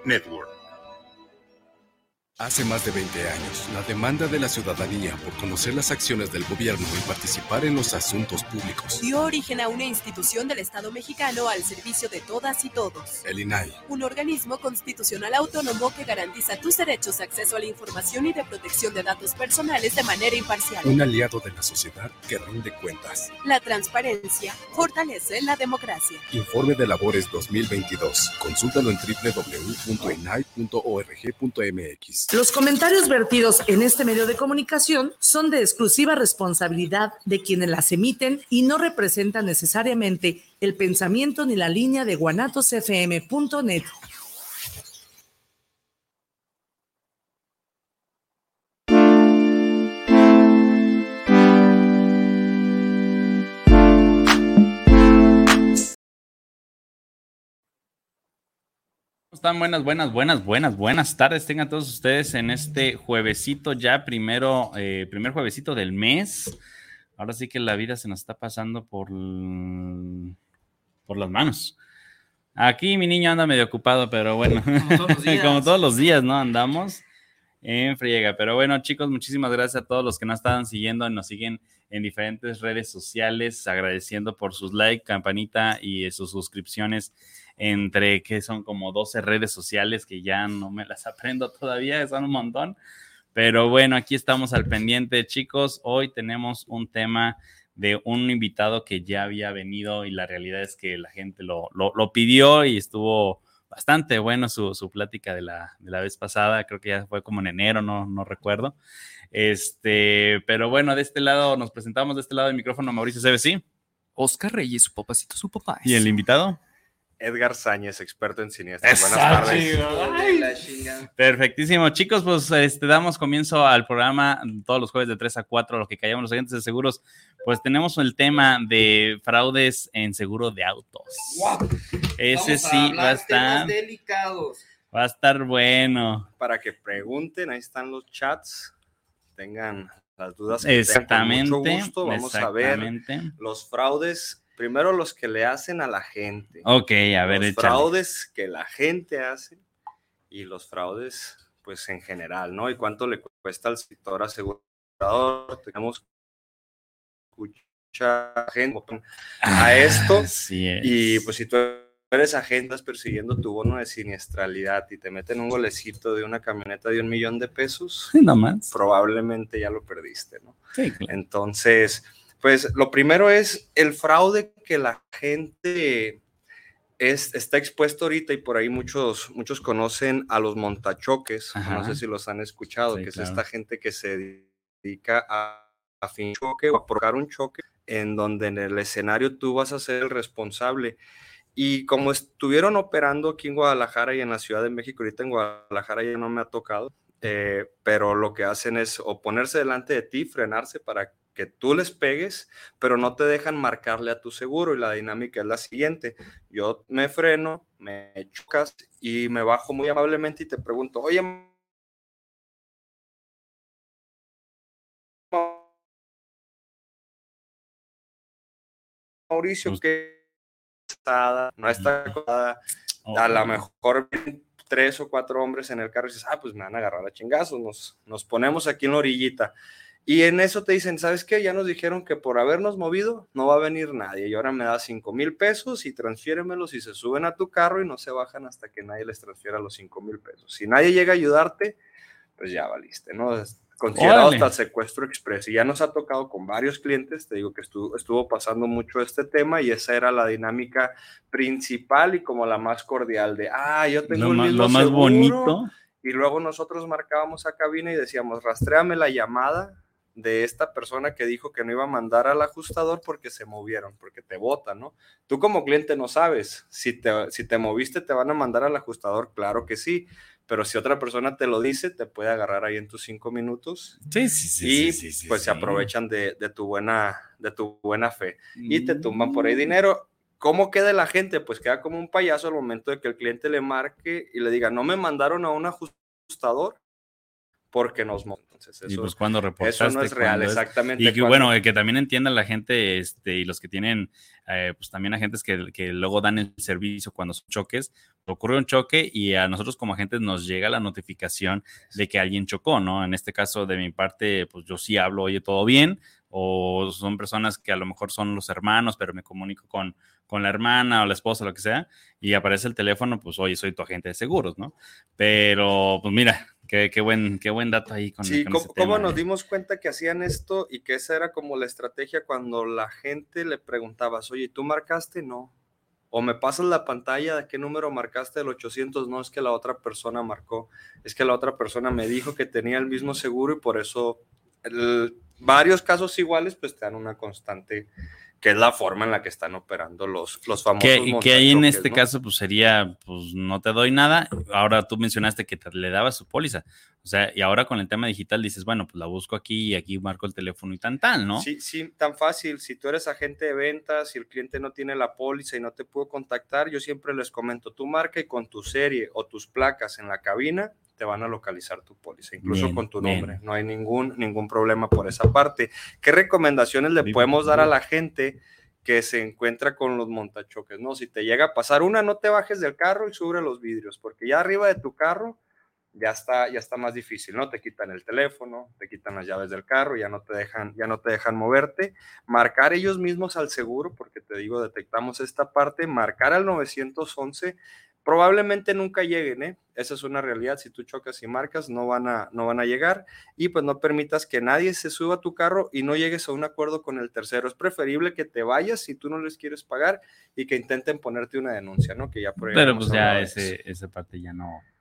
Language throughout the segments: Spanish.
Network. Hace más de 20 años, la demanda de la ciudadanía por conocer las acciones del gobierno y participar en los asuntos públicos dio origen a una institución del Estado mexicano al servicio de todas y todos. El INAI. Un organismo constitucional autónomo que garantiza tus derechos de acceso a la información y de protección de datos personales de manera imparcial. Un aliado de la sociedad que rinde cuentas. La transparencia fortalece la democracia. Informe de labores 2022. Consúltalo en www.inai.org.mx. Los comentarios vertidos en este medio de comunicación son de exclusiva responsabilidad de quienes las emiten y no representan necesariamente el pensamiento ni la línea de guanatosfm.net. Están buenas tardes tengan todos ustedes en este juevesito ya, primer juevesito del mes. Ahora sí que la vida se nos está pasando por las manos. Aquí mi niño anda medio ocupado, pero bueno, como todos los días, ¿no? Andamos en friega. Pero bueno, chicos, muchísimas gracias a todos los que nos están siguiendo y nos siguen en diferentes redes sociales, agradeciendo por sus likes, campanita y sus suscripciones entre que son como 12 redes sociales que ya no me las aprendo todavía, son un montón. Pero bueno, aquí estamos al pendiente, chicos. Hoy tenemos un tema de un invitado que ya había venido y la realidad es que la gente lo pidió y estuvo bastante bueno su plática de la vez pasada. Creo que ya fue como en enero, no recuerdo. Pero bueno, de este lado nos presentamos, de este lado del micrófono Mauricio CBC. Oscar Reyes, su papacito, su papá. ¿Y el invitado? Edgar Sáñez, experto en siniestros. Buenas tardes. Perfectísimo, chicos, pues damos comienzo al programa todos los jueves de 3 a 4, lo que callamos los agentes de seguros. Pues tenemos el tema de fraudes en seguro de autos. Wow. Ese sí va a estar delicados. Va a estar bueno. Para que pregunten, ahí están los chats, tengan las dudas que exactamente, tengan, con mucho gusto. Vamos a ver los fraudes. Primero los que le hacen a la gente. Ok, a ver, los échale. Fraudes que la gente hace y los fraudes, pues en general, ¿no? Y cuánto le cuesta al sector asegurador. Tenemos mucha gente a esto. Así es. Y pues si tú eres agente, estás persiguiendo tu bono de siniestralidad y te meten un golecito de una camioneta de $1,000,000, no más, probablemente ya lo perdiste, ¿no? Sí, claro. Entonces, pues lo primero es el fraude que la gente está expuesto ahorita y por ahí muchos conocen a los montachoques. Ajá. No sé si los han escuchado, sí, que claro. Es esta gente que se dedica a fingir un choque o a provocar un choque en donde en el escenario tú vas a ser el responsable. Y como estuvieron operando aquí en Guadalajara y en la Ciudad de México, ahorita en Guadalajara ya no me ha tocado, pero lo que hacen es o ponerse delante de ti, frenarse para que tú les pegues, pero no te dejan marcarle a tu seguro. Y la dinámica es la siguiente: yo me freno, me chocas y me bajo muy amablemente y te pregunto, oye, Mauricio, ¿qué está? No está acordada. A lo mejor 3 o 4 hombres en el carro y dices, pues me van a agarrar a chingazos, nos ponemos aquí en la orillita. Y en eso te dicen, ¿sabes qué? Ya nos dijeron que por habernos movido no va a venir nadie y ahora me das $5,000 y transfiéremelos y se suben a tu carro y no se bajan hasta que nadie les transfiera los $5,000. Si nadie llega a ayudarte, pues ya valiste, ¿no? Considerado hasta el secuestro express. Y ya nos ha tocado con varios clientes, te digo que estuvo pasando mucho este tema y esa era la dinámica principal y como la más cordial de, yo tengo el mismo lo más seguro, bonito. Y luego nosotros marcábamos a cabina y decíamos, rastréame la llamada de esta persona que dijo que no iba a mandar al ajustador porque se movieron, porque te botan, ¿no? Tú como cliente no sabes, si te moviste te van a mandar al ajustador, claro que sí, pero si otra persona te lo dice, te puede agarrar ahí en tus 5 minutos. Sí, pues se aprovechan de tu buena fe y te tumban por ahí dinero. ¿Cómo queda la gente? Pues queda como un payaso al momento de que el cliente le marque y le diga, no me mandaron a un ajustador porque nos montan. Entonces, eso, y pues cuando reportaste. Eso no es real, exactamente. Y que bueno, que también entienda la gente y los que tienen, pues también agentes que luego dan el servicio cuando son choques, ocurre un choque y a nosotros como agentes nos llega la notificación de que alguien chocó, ¿no? En este caso, de mi parte, pues yo sí hablo, oye, ¿todo bien? O son personas que a lo mejor son los hermanos, pero me comunico con la hermana o la esposa, lo que sea, y aparece el teléfono, pues, oye, soy tu agente de seguros, ¿no? Pero, pues mira, qué buen dato ahí con sí, con ese ¿cómo tema, nos dimos cuenta que hacían esto y que esa era como la estrategia cuando la gente le preguntabas, oye, ¿tú marcaste? No. O me pasas la pantalla de qué número marcaste el 800, no es que la otra persona marcó, es que la otra persona me dijo que tenía el mismo seguro y por eso varios casos iguales pues te dan una constante, que es la forma en la que están operando los famosos montachoques. Que ahí en este caso pues sería, pues no te doy nada. Ahora tú mencionaste que le dabas su póliza, o sea, y ahora con el tema digital dices, bueno, pues la busco aquí y aquí marco el teléfono y tal, ¿no? Sí, tan fácil. Si tú eres agente de ventas y el cliente no tiene la póliza y no te pudo contactar, yo siempre les comento, tú marca y con tu serie o tus placas en la cabina te van a localizar tu póliza, incluso bien, con tu nombre. Bien. No hay ningún problema por esa parte. ¿Qué recomendaciones le podemos dar a la gente que se encuentra con los montachoques? No, si te llega a pasar una, no te bajes del carro y sube los vidrios, porque ya arriba de tu carro ya está más difícil, ¿no? Te quitan el teléfono, te quitan las llaves del carro, ya no te dejan moverte. Marcar ellos mismos al seguro, porque te digo, detectamos esta parte, marcar al 911, probablemente nunca lleguen, ¿eh? Esa es una realidad. Si tú chocas y marcas, no van a llegar, y pues no permitas que nadie se suba a tu carro y no llegues a un acuerdo con el tercero. Es preferible que te vayas si tú no les quieres pagar y que intenten ponerte una denuncia, ¿no? Que ya por ahí. Pero pues ya esa parte ya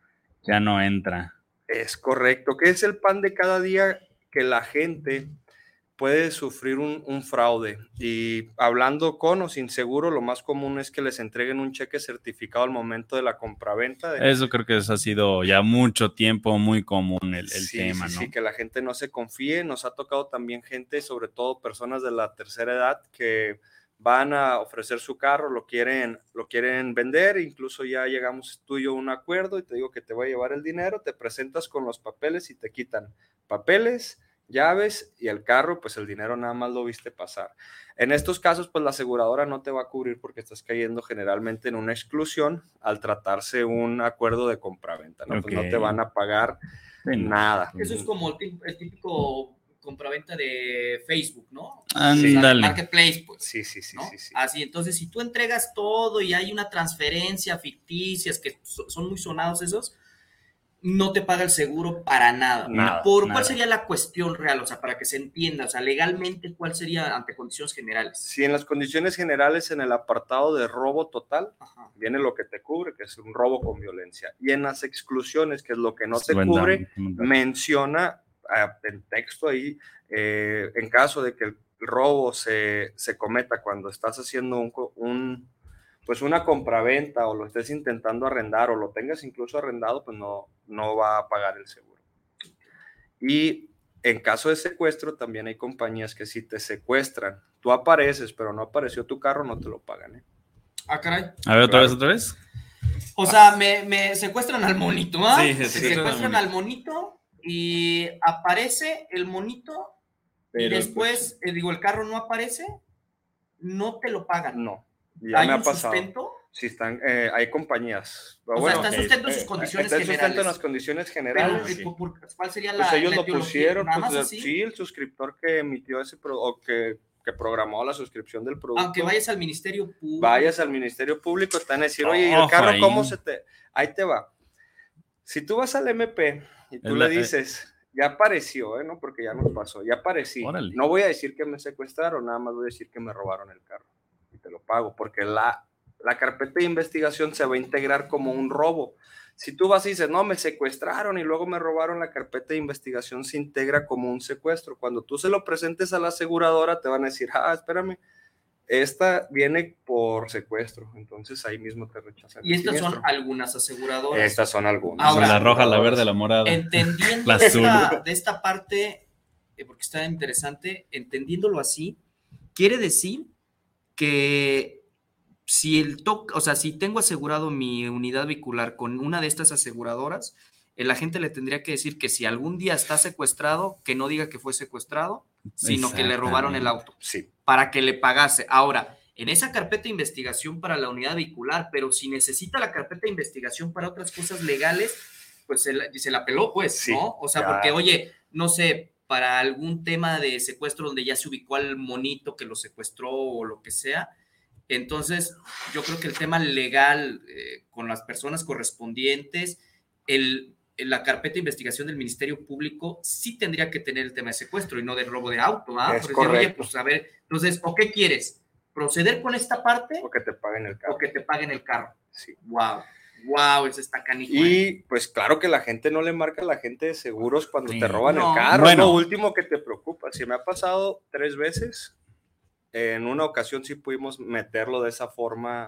no entra. Es correcto. ¿Qué es el pan de cada día? Que la gente puede sufrir un fraude, y hablando con o sin seguro, lo más común es que les entreguen un cheque certificado al momento de la compraventa. Eso creo que eso ha sido ya mucho tiempo muy común el tema, ¿no? Sí, que la gente no se confíe. Nos ha tocado también gente, sobre todo personas de la tercera edad, que van a ofrecer su carro, lo quieren vender, incluso ya llegamos tú y yo a un acuerdo y te digo que te voy a llevar el dinero, te presentas con los papeles y te quitan papeles, llaves y el carro, pues el dinero nada más lo viste pasar. En estos casos, pues la aseguradora no te va a cubrir porque estás cayendo generalmente en una exclusión al tratarse un acuerdo de compraventa, ¿no? Okay. Pues no te van a pagar nada. Eso es como el típico compraventa de Facebook, ¿no? Ándale. Marketplace, pues. Sí. ¿no? Sí. Así, entonces, si tú entregas todo y hay una transferencia ficticias, que son muy sonados esos, no te paga el seguro para nada. ¿Cuál sería la cuestión real? O sea, para que se entienda, o sea, legalmente, ¿cuál sería ante condiciones generales? Sí, en las condiciones generales, en el apartado de robo total, viene lo que te cubre, que es un robo con violencia. Y en las exclusiones, que es lo que no te cubre, menciona en texto ahí, en caso de que el robo se cometa cuando estás haciendo pues una compraventa, o lo estés intentando arrendar, o lo tengas incluso arrendado, pues no va a pagar el seguro. Y en caso de secuestro, también hay compañías que si te secuestran, tú apareces, pero no apareció tu carro, no te lo pagan, ¿eh? Ah, caray. A ver, otra vez. O sea, me secuestran al monito, ¿ah? Sí, secuestran al monito y aparece el monito, pero y después, pues, el carro no aparece, no te lo pagan. No. ¿Hay un sustento? Sí, hay compañías. O sea, está sustento en sus condiciones generales. Está sustento en las condiciones generales. Pero, ¿cuál sería la pues ellos lo pusieron, pues, sí, el suscriptor que emitió ese o que programó la suscripción del producto. Aunque vayas al Ministerio Público. Vayas al Ministerio Público, te van a decir, oye, ¿y el carro cómo se te...? Ahí te va. Si tú vas al MP y tú le dices, ya apareció, ¿no? Porque ya nos pasó, ya aparecí. Órale. No voy a decir que me secuestraron, nada más voy a decir que me robaron el carro. Y te lo pago, porque la carpeta de investigación se va a integrar como un robo. Si tú vas y dices, no, me secuestraron y luego me robaron, la carpeta de investigación se integra como un secuestro. Cuando tú se lo presentes a la aseguradora, te van a decir, espérame, esta viene por secuestro. Entonces ahí mismo te rechazan. Y estas son algunas aseguradoras. Estas son algunas. Ahora, la roja, la verde, la morada. Entendiendo de esta parte, porque está interesante, entendiéndolo así, quiere decir que si si tengo asegurado mi unidad vehicular con una de estas aseguradoras el agente le tendría que decir que si algún día está secuestrado, que no diga que fue secuestrado, sino que le robaron el auto, sí, para que le pagase. Ahora, en esa carpeta de investigación para la unidad vehicular, pero si necesita la carpeta de investigación para otras cosas legales, pues se la peló, pues, sí, ¿no? O sea, ya. Porque, oye, no sé, para algún tema de secuestro donde ya se ubicó al monito que lo secuestró o lo que sea, entonces yo creo que el tema legal con las personas correspondientes, la carpeta de investigación del Ministerio Público sí tendría que tener el tema de secuestro y no de robo de auto, ¿ah? Es correcto. Oye, pues a ver, entonces, ¿o qué quieres? ¿Proceder con esta parte? O que te paguen el carro. O que te paguen el carro. Sí. Wow, eso está canijo. Y pues claro que la gente no le marca a la gente de seguros cuando te roban el carro. Bueno. Es lo último que te preocupa. Si me ha pasado 3 veces, en una ocasión sí pudimos meterlo de esa forma,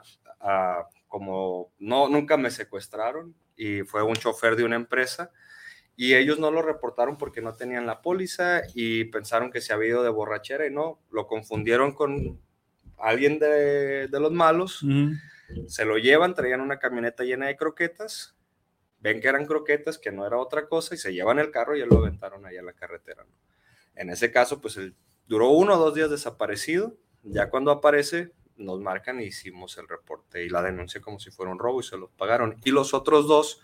como nunca me secuestraron, y fue un chofer de una empresa, y ellos no lo reportaron porque no tenían la póliza y pensaron que se había ido de borrachera, y no, lo confundieron con alguien de los malos. Se lo llevan, traían una camioneta llena de croquetas, ven que eran croquetas, que no era otra cosa, y se llevan el carro y ya lo aventaron ahí a la carretera, ¿no? En ese caso, pues duró 1 o 2 días desaparecido. Ya cuando aparece, nos marcan y hicimos el reporte y la denuncia como si fuera un robo y se los pagaron. Y los otros 2,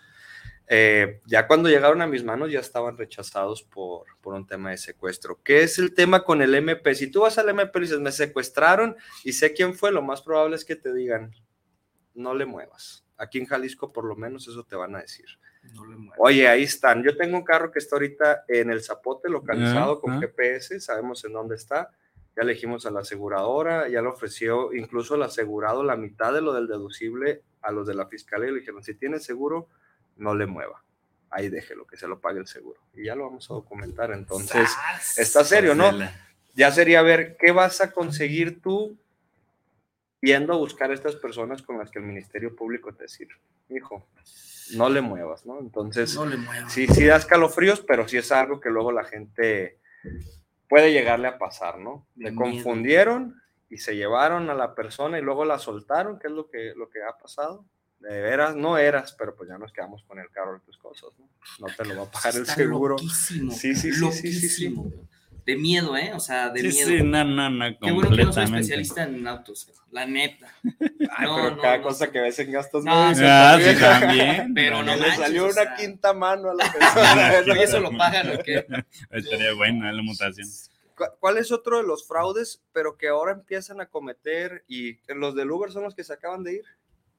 ya cuando llegaron a mis manos, ya estaban rechazados por un tema de secuestro. ¿Qué es el tema con el MP? Si tú vas al MP y dices, me secuestraron y sé quién fue, lo más probable es que te digan, no le muevas. Aquí en Jalisco, por lo menos, eso te van a decir. No le muevas. Oye, ahí están. Yo tengo un carro que está ahorita en el Zapote, localizado con GPS, sabemos en dónde está. Ya le dijimos a la aseguradora, ya le ofreció incluso el asegurado la mitad de lo del deducible a los de la fiscalía. Le dijeron, si tiene seguro, no le mueva. Ahí déjelo, que se lo pague el seguro. Y ya lo vamos a documentar. Entonces, está serio, ¿no? Ya sería ver qué vas a conseguir tú yendo a buscar a estas personas con las que el Ministerio Público te decir, hijo, no le muevas, ¿no? Entonces, no le muevas. Sí da escalofríos, pero sí es algo que luego la gente puede llegarle a pasar, ¿no? Le confundieron y se llevaron a la persona y luego la soltaron, que es lo que ha pasado. De veras, no eras, pero pues ya nos quedamos con el carro de tus cosas, ¿no? No te lo va a pagar el seguro. Loquísimo, Sí. De miedo, ¿eh? O sea, de miedo. Sí, no, qué bueno que no soy especialista en autos, la neta. Pero cada cosa que ves en gastos no, sí, también. Pero no le salió una quinta mano a la persona. ¿Y eso lo pagan o qué? Estaría buena la mutación. ¿Cuál es otro de los fraudes, pero que ahora empiezan a cometer, y los del Uber son los que se acaban de ir?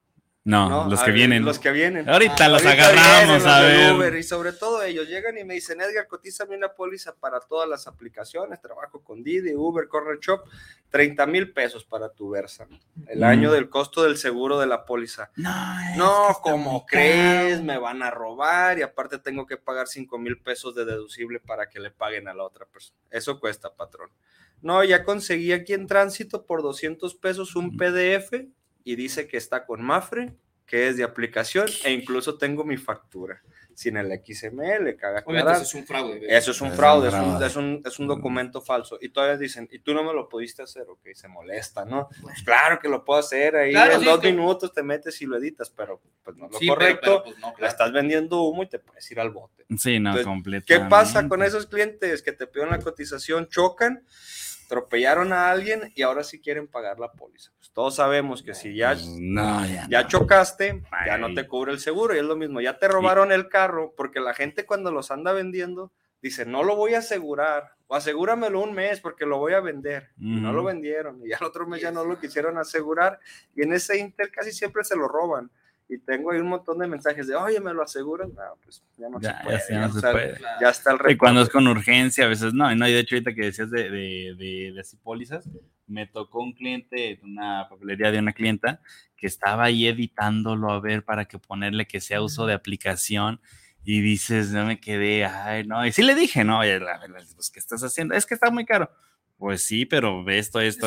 No, los que vienen. Los que vienen. Ahorita los agarramos, vienen, a ver. Uber, y sobre todo ellos llegan y me dicen, Edgar, cotízame una póliza para todas las aplicaciones, trabajo con Didi, Uber, Corner Shop, 30,000 pesos para tu Versa. El año del costo del seguro de la póliza. No, ¿cómo crees? Me van a robar y aparte tengo que pagar 5,000 pesos de deducible para que le paguen a la otra persona. Eso cuesta, patrón. No, ya conseguí aquí en Tránsito por 200 pesos un PDF y dice que está con Mafre, que es de aplicación, e incluso tengo mi factura sin el XML, caga aclarar. Eso es un fraude. Eso es un fraude, es un documento falso. Y todavía dicen, ¿y tú no me lo pudiste hacer? Ok, se molesta, ¿no? Pues claro que lo puedo hacer, ahí en 2 minutos te metes y lo editas, pero pues no es lo correcto, pero, pues, no, estás vendiendo humo y te puedes ir al bote. Sí, no, entonces, completamente. ¿qué pasa con esos clientes que te piden la cotización, chocan, atropellaron a alguien y ahora sí quieren pagar la póliza? Pues todos sabemos que si ya chocaste, ya no te cubre el seguro, y es lo mismo, ya te robaron el carro, porque la gente cuando los anda vendiendo dice, no lo voy a asegurar, o asegúramelo un mes porque lo voy a vender, y no lo vendieron, y al otro mes ya no lo quisieron asegurar, y en ese inter casi siempre se lo roban. Y tengo ahí un montón de mensajes de, oye, ¿me lo aseguran? No, pues ya no se puede. Ya está el reporte. Y cuando es con urgencia, a veces no. Y de hecho, ahorita que decías de así pólizas, me tocó un cliente, una papelería de una clienta, que estaba ahí editándolo a ver para que ponerle que sea uso de aplicación. Y dices, no me quedé, ay, no. Y sí le dije, no, oye, pues, ¿qué estás haciendo? Es que está muy caro. Pues sí, pero esto. Y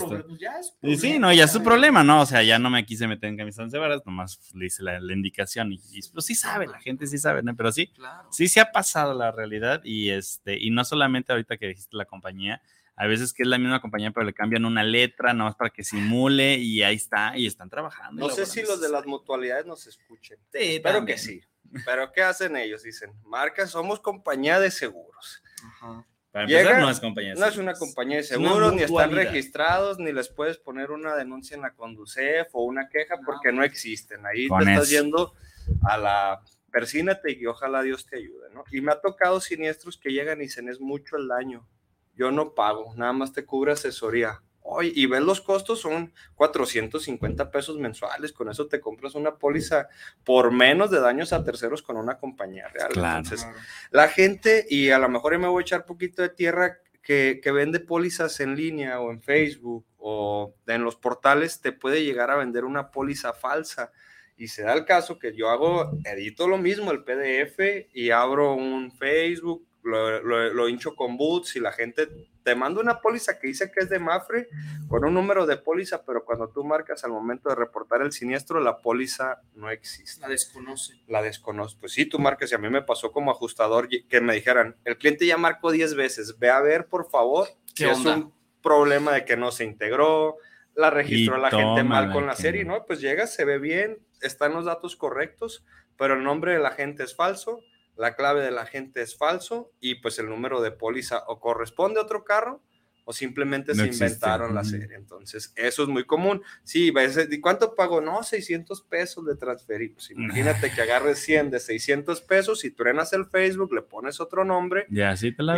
sí, no, ya es su problema, ¿no? O sea, ya no me quise meter en camisas 11 varas, nomás le hice la indicación y pues sí sabe, la gente sí sabe, ¿no? Pero sí, sí se ha pasado la realidad y no solamente ahorita que dijiste la compañía, a veces que es la misma compañía, pero le cambian una letra, nomás para que simule y ahí está, y están trabajando. No sé si los de las mutualidades nos escuchen. Sí, espero que sí. Pero ¿qué hacen ellos? Dicen, somos compañía de seguros. Ajá. Para empezar, no es compañía de seguros. No es una compañía de seguros, ni están registrados, ni les puedes poner una denuncia en la Conducef o una queja porque no existen. Ahí te estás yendo a la... Persínate y ojalá Dios te ayude, ¿no? Y me ha tocado siniestros que llegan y dicen, es mucho el daño, yo no pago, nada más te cubre asesoría. Oye, y ves los costos, son 450 pesos mensuales, con eso te compras una póliza por menos de daños a terceros con una compañía real. Claro. Entonces, la gente, y a lo mejor ya me voy a echar poquito de tierra, que vende pólizas en línea o en Facebook o en los portales, te puede llegar a vender una póliza falsa. Y se da el caso que yo edito lo mismo, el PDF, y abro un Facebook, lo hincho con boots y la gente te manda una póliza que dice que es de Mafre con un número de póliza, pero cuando tú marcas al momento de reportar el siniestro, la póliza no existe. La desconoce. Pues sí, tú marcas, y a mí me pasó como ajustador que me dijeran, el cliente ya marcó 10 veces, ve a ver por favor si es un problema de que no se integró, la registró la gente mal con la serie, ¿no? Pues llega, se ve bien, están los datos correctos, pero el nombre de la gente es falso, la clave de la gente es falso, y pues el número de póliza o corresponde a otro carro o simplemente no se inventaron la serie. Entonces, eso es muy común. Sí, ¿y cuánto pago? No, 600 pesos de transferir. Pues imagínate que agarres 100 de 600 pesos y truenas el Facebook, le pones otro nombre y así te la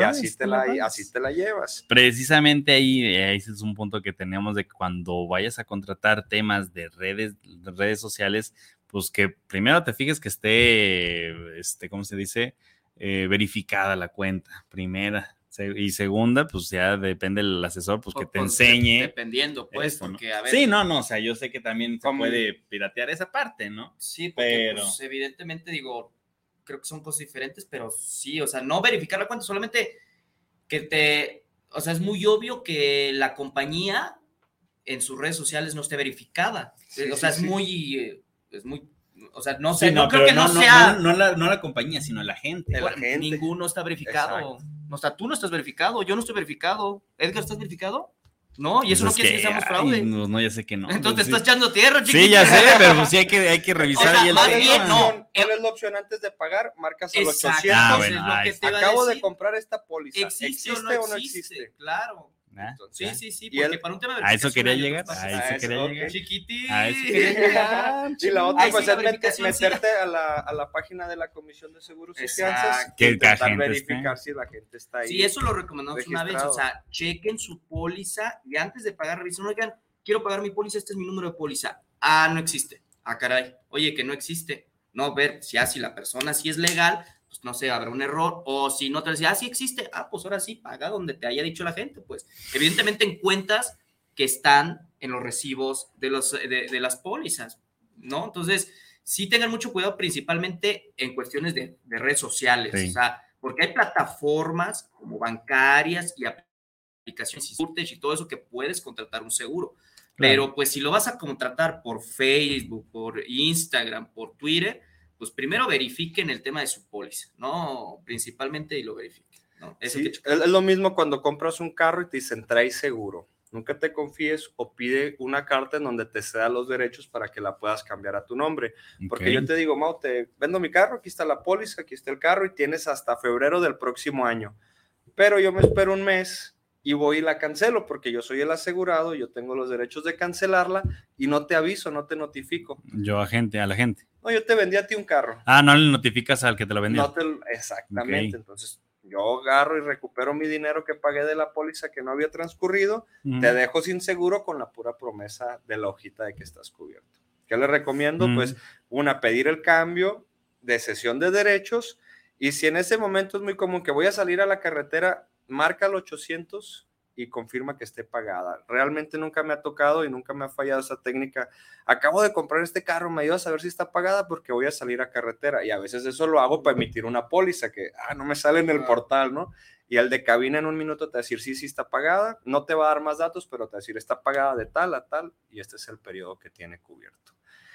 llevas. Precisamente ahí ese es un punto que tenemos de que cuando vayas a contratar temas de redes sociales, pues que primero te fijes que esté, ¿cómo se dice? Verificada la cuenta, primera. Y segunda, pues ya depende del asesor, pues que te enseñe. Dependiendo, pues, esto, porque ¿no? a ver. Sí, no, o sea, yo sé que también se puede piratear esa parte, ¿no? Sí, porque pues, evidentemente, digo, creo que son cosas diferentes, pero sí, o sea, no verificar la cuenta, solamente o sea, es muy obvio que la compañía en sus redes sociales no esté verificada. Sí, o sea, es muy, o sea, no sé, sí, no creo que no sea. No la compañía, sino la gente. Ninguno está verificado. Exacto. O sea, tú no estás verificado, yo no estoy verificado. Edgar, ¿estás verificado? No, y eso pues no quiere decir que seamos fraude. No, ya sé que no. Entonces te estás echando tierra, chiquito. Sí, ya sé, pero pues sí hay que revisar. O sea, ahí el tema. ¿Cuál es la opción antes de pagar? Marcas a los 800. Acabo de comprar esta póliza. ¿Existe o no existe? Claro. Sí, porque para un tema de... A eso quería llegar. Chiquitín. Y la otra, pues, es meterte a la página de la Comisión de Seguros y Fianzas que intentar verificar si la gente está ahí. Sí, eso lo recomendamos una vez. O sea, chequen su póliza y antes de pagar, revisen, oigan, quiero pagar mi póliza, este es mi número de póliza. No existe. Caray. Oye, que no existe. No, ver si la persona sí es legal, pues no sé, habrá un error, o si no te decía, sí existe, pues ahora sí, paga donde te haya dicho la gente, pues evidentemente en cuentas que están en los recibos de las pólizas, ¿no? Entonces, sí tengan mucho cuidado principalmente en cuestiones de redes sociales, sí. O sea, porque hay plataformas como bancarias y aplicaciones y todo eso que puedes contratar un seguro, claro. Pero pues si lo vas a contratar por Facebook, por Instagram, por Twitter, pues primero verifiquen el tema de su póliza, ¿no? Principalmente y lo verifiquen, ¿no? Sí, es lo mismo cuando compras un carro y te dicen, trae seguro. Nunca te confíes o pide una carta en donde te ceda los derechos para que la puedas cambiar a tu nombre. Okay. Porque yo te digo, Mau, te vendo mi carro, aquí está la póliza, aquí está el carro y tienes hasta febrero del próximo año. Pero yo me espero un mes y voy y la cancelo porque yo soy el asegurado, yo tengo los derechos de cancelarla y no te aviso, no te notifico. A la gente. No, yo te vendí a ti un carro. No le notificas al que te lo vendió. Exactamente, okay. Entonces yo agarro y recupero mi dinero que pagué de la póliza que no había transcurrido, te dejo sin seguro con la pura promesa de la hojita de que estás cubierto. ¿Qué le recomiendo? Pues pedir el cambio de cesión de derechos y si en ese momento es muy común que voy a salir a la carretera, marca el 800 y confirma que esté pagada. Realmente nunca me ha tocado y nunca me ha fallado esa técnica. Acabo de comprar este carro, ¿me ayudas a ver si está pagada? Porque voy a salir a carretera. Y a veces eso lo hago para emitir una póliza que no me sale en el portal, ¿no? Y el de cabina en un minuto te va a decir, sí está pagada. No te va a dar más datos, pero te va a decir, está pagada de tal a tal. Y este es el periodo que tiene cubierto.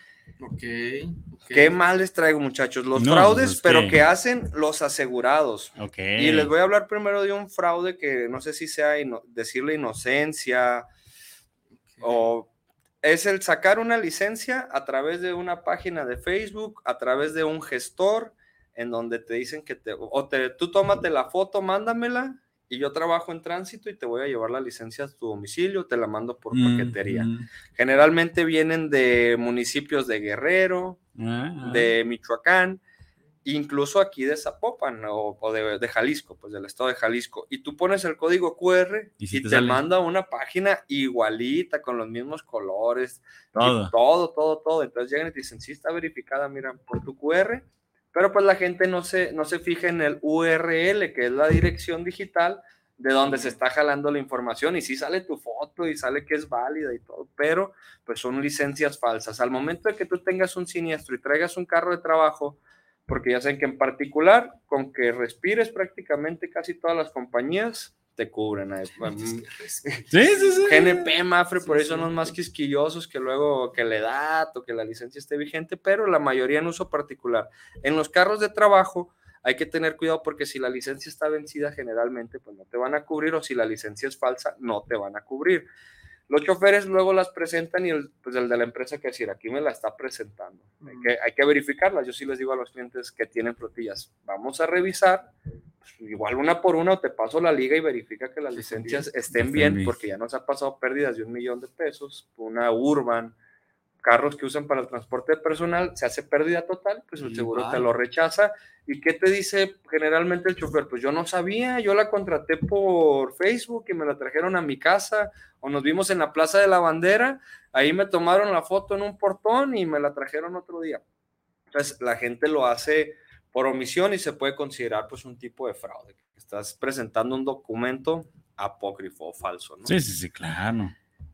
Okay. ¿Qué mal les traigo, muchachos? Los fraudes, pero que hacen los asegurados. Okay. Y les voy a hablar primero de un fraude que no sé si sea decirle inocencia o Es el sacar una licencia a través de una página de Facebook, a través de un gestor, en donde te dicen que tú tómate la foto, mándamela, y yo trabajo en tránsito y te voy a llevar la licencia a tu domicilio, te la mando por paquetería. Generalmente vienen de municipios de Guerrero, de Michoacán, incluso aquí de Zapopan o de Jalisco, pues del estado de Jalisco, y tú pones el código QR y te manda una página igualita, con los mismos colores, todo, entonces llegan y te dicen, sí está verificada, mira, por tu QR, pero pues la gente no se fija en el URL, que es la dirección digital de donde se está jalando la información, y sí sale tu foto y sale que es válida y todo, pero pues son licencias falsas. Al momento de que tú tengas un siniestro y traigas un carro de trabajo, porque ya saben que en particular, con que respires, prácticamente casi todas las compañías te cubren. GNP, Mafre, por eso son los más quisquillosos que luego que la edad o que la licencia esté vigente, pero la mayoría en uso particular. En los carros de trabajo hay que tener cuidado, porque si la licencia está vencida, generalmente pues no te van a cubrir, o si la licencia es falsa, no te van a cubrir. Los choferes luego las presentan y el de la empresa que decir, aquí me la está presentando. Hay que verificarlas. Yo sí les digo a los clientes que tienen flotillas, vamos a revisar, pues, igual una por una, o te paso la liga y verifica que las licencias estén bien, porque ya nos ha pasado pérdidas de $1,000,000, una Urban, carros que usan para el transporte de personal, se hace pérdida total, pues el seguro te lo rechaza. ¿Y qué te dice generalmente el chofer? Pues yo no sabía, yo la contraté por Facebook y me la trajeron a mi casa, o nos vimos en la Plaza de la Bandera, ahí me tomaron la foto en un portón y me la trajeron otro día. Entonces la gente lo hace por omisión y se puede considerar pues un tipo de fraude. Estás presentando un documento apócrifo o falso, ¿no? Sí, claro.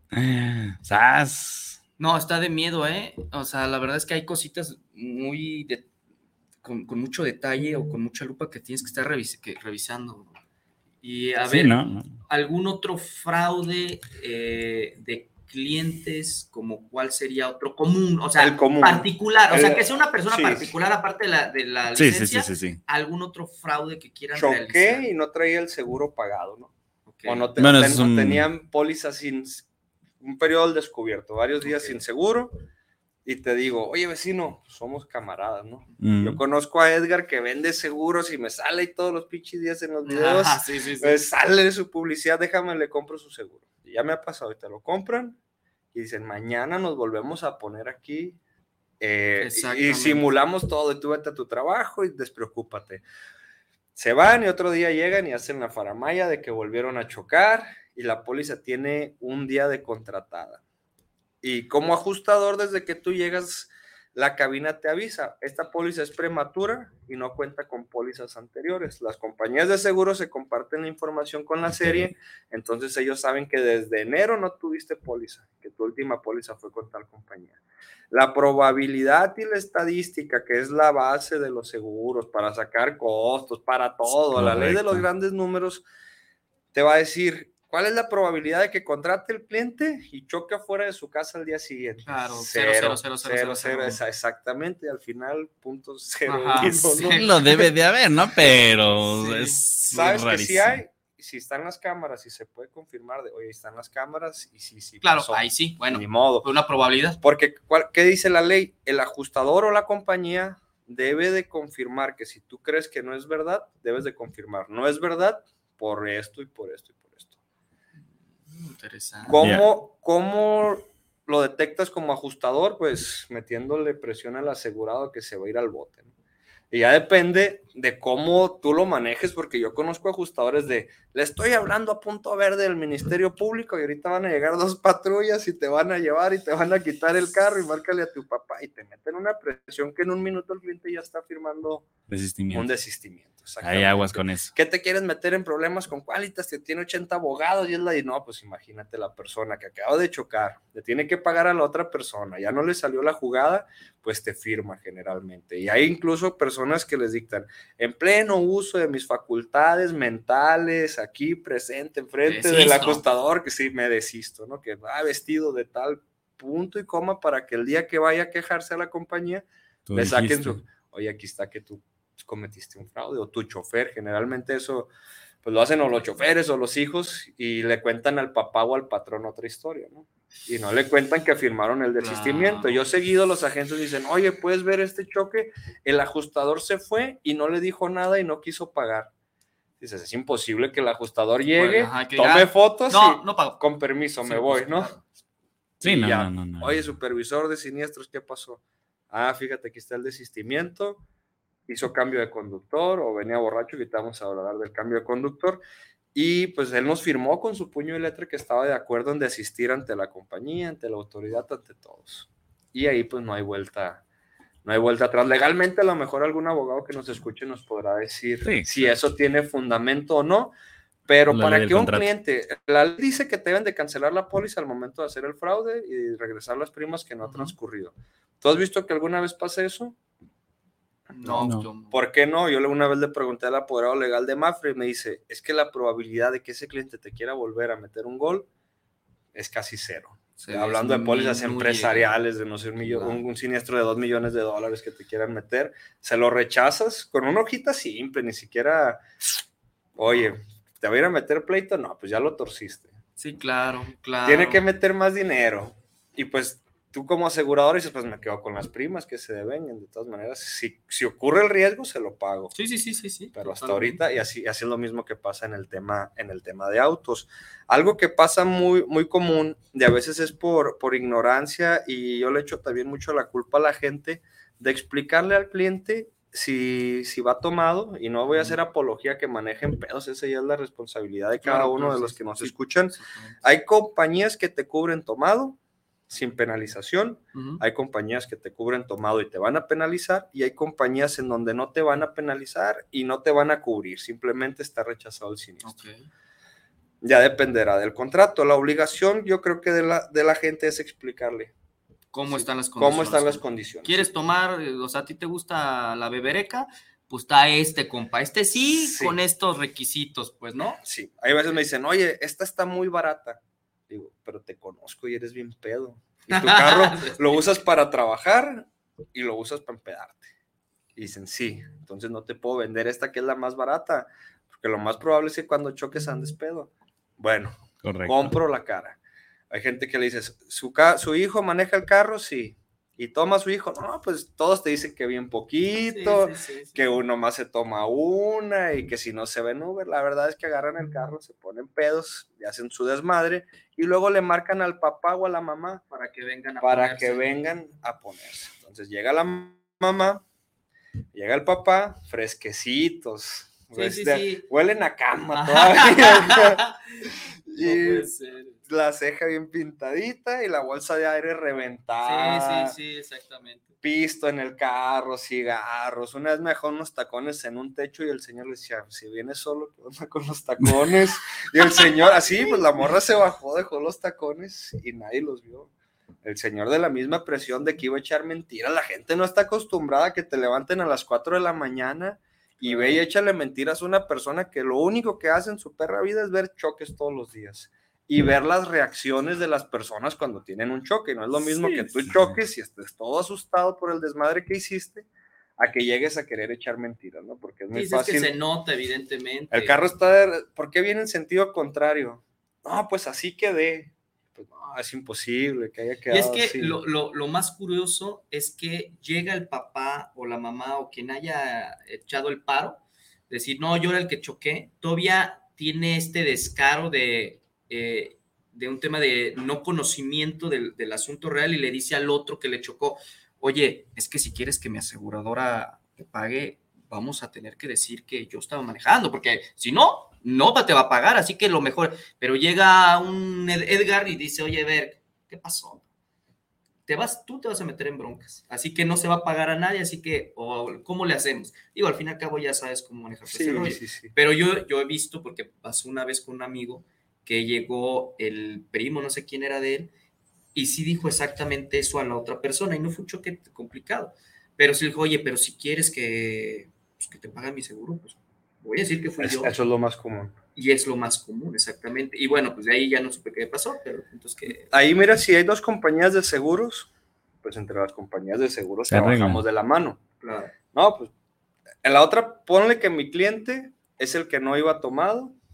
¡Sas! No, está de miedo, ¿eh? O sea, la verdad es que hay cositas muy con mucho detalle o con mucha lupa que tienes que estar revisando. Y a ver, ¿algún otro fraude de clientes, como cuál sería otro común? O sea, el común, particular, o sea, que sea una persona particular aparte de la licencia. Sí. ¿Algún otro fraude que quieran realizar? Choqué y no traía el seguro pagado, ¿no? Okay. O no tenían pólizas sin un periodo al descubierto, varios días sin seguro, y te digo, oye vecino, somos camaradas, ¿no? Yo conozco a Edgar que vende seguros y me sale y todos los pinches días en los videos, me sale de su publicidad, déjame, le compro su seguro. Y ya me ha pasado, y te lo compran, y dicen, mañana nos volvemos a poner aquí, y simulamos todo, y tú vete a tu trabajo y despreocúpate. Se van y otro día llegan y hacen la faramaya de que volvieron a chocar, y la póliza tiene un día de contratada. Y como ajustador, desde que tú llegas, la cabina te avisa, esta póliza es prematura y no cuenta con pólizas anteriores. Las compañías de seguros se comparten la información con la serie, entonces ellos saben que desde enero no tuviste póliza, que tu última póliza fue con tal compañía. La probabilidad y la estadística, que es la base de los seguros, para sacar costos, para todo, la ley de los grandes números, te va a decir, ¿cuál es la probabilidad de que contrate el cliente y choque afuera de su casa al día siguiente? Claro, 0. Exactamente, al final, .0. ¿no? Lo debe de haber, ¿no? Pero es ¿sabes rarísimo? Que sí hay, si están las cámaras y se puede confirmar de, oye, están las cámaras y sí. Claro, pasó, ahí sí, bueno, ni modo. Una probabilidad. Porque, ¿qué dice la ley? El ajustador o la compañía debe de confirmar que si tú crees que no es verdad, debes de confirmar, no es verdad por esto y por esto y por esto. Interesante. ¿Cómo lo detectas como ajustador? Pues metiéndole presión al asegurado que se va a ir al bote, ¿no? Y ya depende de cómo tú lo manejes, porque yo conozco ajustadores de, le estoy hablando a punto verde del Ministerio Público y ahorita van a llegar 2 patrullas y te van a llevar y te van a quitar el carro y márcale a tu papá, y te meten una presión que en un minuto el cliente ya está firmando un desistimiento. Hay aguas con eso. ¿Qué te quieres meter en problemas con Qualitas? Que tiene 80 abogados y es la de, no, pues imagínate la persona que acaba de chocar, le tiene que pagar a la otra persona, ya no le salió la jugada, pues te firma generalmente. Y hay incluso personas que les dictan, en pleno uso de mis facultades mentales, aquí presente, enfrente del ajustador, que sí, me desisto, ¿no? Que va vestido de tal punto y coma para que el día que vaya a quejarse a la compañía, le saquen su, oye, aquí está que tú cometiste un fraude, o tu chofer, generalmente eso pues lo hacen o los choferes o los hijos y le cuentan al papá o al patrón otra historia, ¿no? y no le cuentan que firmaron el desistimiento. Yo seguido los agentes dicen, oye, ¿puedes ver este choque? El ajustador se fue y no le dijo nada y no quiso pagar. Dices, es imposible que el ajustador llegue, tome fotos y no pago. Con permiso, me voy, ¿no? Sí, no. Oye, supervisor de siniestros, ¿qué pasó? Fíjate, aquí está el desistimiento, hizo cambio de conductor o venía borracho, ahorita vamos a hablar del cambio de conductor, y pues él nos firmó con su puño y letra que estaba de acuerdo en desistir ante la compañía, ante la autoridad, ante todos. Y ahí pues no hay vuelta atrás. Legalmente a lo mejor algún abogado que nos escuche nos podrá decir si eso tiene fundamento o no, pero para que un cliente, la ley dice que te deben de cancelar la póliza al momento de hacer el fraude y regresar las primas que no ha transcurrido. ¿Tú has visto que alguna vez pase eso? No. ¿Por qué no? Yo una vez le pregunté al apoderado legal de Mafre y me dice, es que la probabilidad de que ese cliente te quiera volver a meter un gol es casi cero. Hablando de pólizas empresariales, de no ser un siniestro de $2 millones que te quieran meter, se lo rechazas con una hojita simple, ni siquiera, oye, ¿te voy a ir a meter pleito? No, pues ya lo torciste. Sí, claro. Tiene que meter más dinero. Y pues tú como asegurador dices, pues me quedo con las primas que se deben, de todas maneras, si ocurre el riesgo, se lo pago. Sí. Pero hasta ahorita, y así es lo mismo que pasa en el tema de autos. Algo que pasa muy, muy común, de a veces es por ignorancia, y yo le echo también mucho la culpa a la gente, de explicarle al cliente si va tomado, y no voy a hacer apología que manejen pedos, esa ya es la responsabilidad de cada uno de los que nos escuchan. Hay compañías que te cubren tomado, sin penalización, hay compañías que te cubren tomado y te van a penalizar, y hay compañías en donde no te van a penalizar y no te van a cubrir, simplemente está rechazado el siniestro. Ya dependerá del contrato. La obligación, yo creo que de la gente es explicarle cómo están las condiciones. ¿Cómo están las condiciones? ¿Quieres tomar, o sea, a ti te gusta la bebereca? Pues está compa, sí, con estos requisitos, pues, ¿no? Sí, hay veces me dicen, oye, esta está muy barata. Digo, pero te conozco y eres bien pedo. Y tu carro lo usas para trabajar y lo usas para empedarte. Y dicen, sí, entonces no te puedo vender esta que es la más barata, porque lo más probable es que cuando choques andes pedo. Bueno, compro la cara. Hay gente que le dice, ¿su hijo maneja el carro? Sí. Y toma a su hijo, no, pues todos te dicen que bien poquito, que uno más se toma una y que si no se ve en Uber. La verdad es que agarran el carro, se ponen pedos y hacen su desmadre y luego le marcan al papá o a la mamá para que vengan a ponerse. Entonces llega la mamá, llega el papá, fresquecitos, huelen a cama todavía. Y la ceja bien pintadita y la bolsa de aire reventada. Sí, exactamente. Pisto en el carro, cigarros. Una vez me dejó unos tacones en un techo y el señor le decía, si vienes solo, ¿qué onda con los tacones? Y el señor, así, pues la morra se bajó, dejó los tacones y nadie los vio. El señor de la misma presión de que iba a echar mentiras. La gente no está acostumbrada a que te levanten a las 4 de la mañana y ve y échale mentiras a una persona que lo único que hace en su perra vida es ver choques todos los días y ver las reacciones de las personas cuando tienen un choque. No es lo mismo que tú choques y estés todo asustado por el desmadre que hiciste a que llegues a querer echar mentiras, ¿no? Porque es muy fácil. Es que se nota, evidentemente. El carro está ¿por qué viene en sentido contrario? No, pues así quedé. Pues no, es imposible que haya quedado. Y es que así. Lo más curioso es que llega el papá o la mamá o quien haya echado el paro, decir, no, yo era el que choqué, todavía tiene este descaro de un tema de no conocimiento del asunto real y le dice al otro que le chocó, oye, es que si quieres que mi aseguradora te pague, vamos a tener que decir que yo estaba manejando, porque si no te va a pagar, así que lo mejor. Pero llega un Edgar y dice, oye, a ver, ¿qué pasó? Tú te vas a meter en broncas, así que no se va a pagar a nadie, así que, ¿cómo le hacemos? Digo, al fin y al cabo ya sabes cómo manejar ese rollo. Sí. Pero yo he visto, porque pasó una vez con un amigo, que llegó el primo, no sé quién era de él, y sí dijo exactamente eso a la otra persona, y no fue un choque complicado, pero sí dijo, oye, pero si quieres que te paguen mi seguro, pues voy a decir que fui yo. Eso es lo más común. Y es lo más común, exactamente. Y bueno, pues de ahí ya no supe qué pasó, pero entonces que... Ahí mira, si hay dos compañías de seguros, pues entre las compañías de seguros trabajamos de la mano. Claro. No, pues en la otra ponle que mi cliente es el que no iba tomado,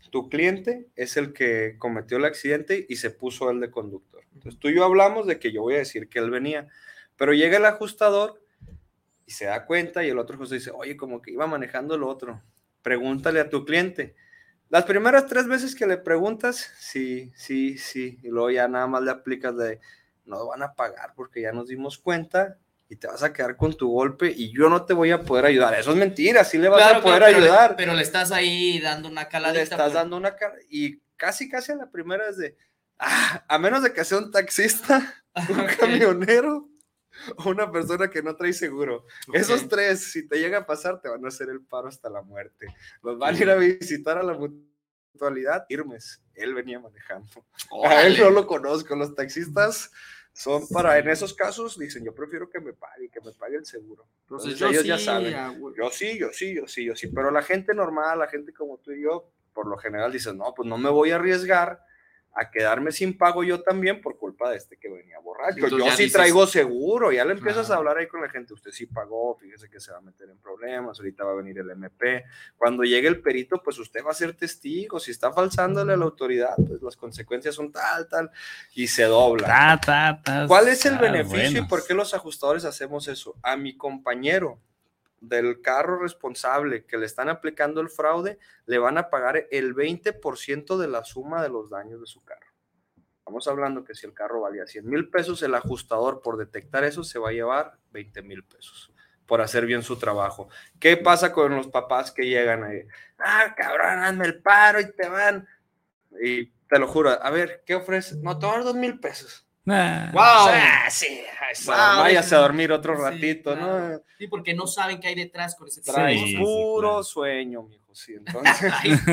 tu cliente es el que cometió el accidente y se puso él de conductor. Entonces tú y yo hablamos de que yo voy a decir que él venía, pero llega el ajustador y se da cuenta y el otro justo dice, oye, como que iba manejando el otro. Pregúntale a tu cliente. Las primeras 3 veces que le preguntas, sí, y luego ya nada más le aplicas de, no van a pagar porque ya nos dimos cuenta y te vas a quedar con tu golpe y yo no te voy a poder ayudar. Eso es mentira, sí le vas a poder ayudar. Pero le estás ahí dando una caladita. Le estás dando una caladita y casi a la primera es de, a menos de que sea un taxista, un camionero o una persona que no trae seguro. Okay. Esos 3, si te llega a pasar, te van a hacer el paro hasta la muerte. Los van a ir a visitar a la mutualidad. Irmes, él venía manejando. A él no lo conozco. Los taxistas son para, en esos casos, dicen, yo prefiero que me pague el seguro. Entonces ellos ya saben. Yo sí. Pero la gente normal, la gente como tú y yo, por lo general dicen, no, pues no me voy a arriesgar a quedarme sin pago yo también por culpa de este que venía borracho. Entonces, yo sí dices, traigo seguro, ya le empiezas a hablar ahí con la gente, usted sí pagó, fíjese que se va a meter en problemas, ahorita va a venir el MP, cuando llegue el perito, pues usted va a ser testigo, si está falsándole a la autoridad, pues las consecuencias son tal, y se dobla. ¿Cuál es el beneficio y por qué los ajustadores hacemos eso? A mi compañero del carro responsable que le están aplicando el fraude, le van a pagar el 20% de la suma de los daños de su carro. Estamos hablando que si el carro valía 100,000 pesos, el ajustador por detectar eso se va a llevar 20,000 pesos por hacer bien su trabajo. ¿Qué pasa con los papás que llegan ahí? Cabrón, hazme el paro y te van. Y te lo juro, a ver, ¿qué ofreces? No, te voy a dar 2,000 pesos. ¡Wow! Sí, váyase a dormir otro ratito, claro. ¿no? Sí, porque no saben qué hay detrás con ese trabajo. Puro sueño, mijo, sí. Entonces,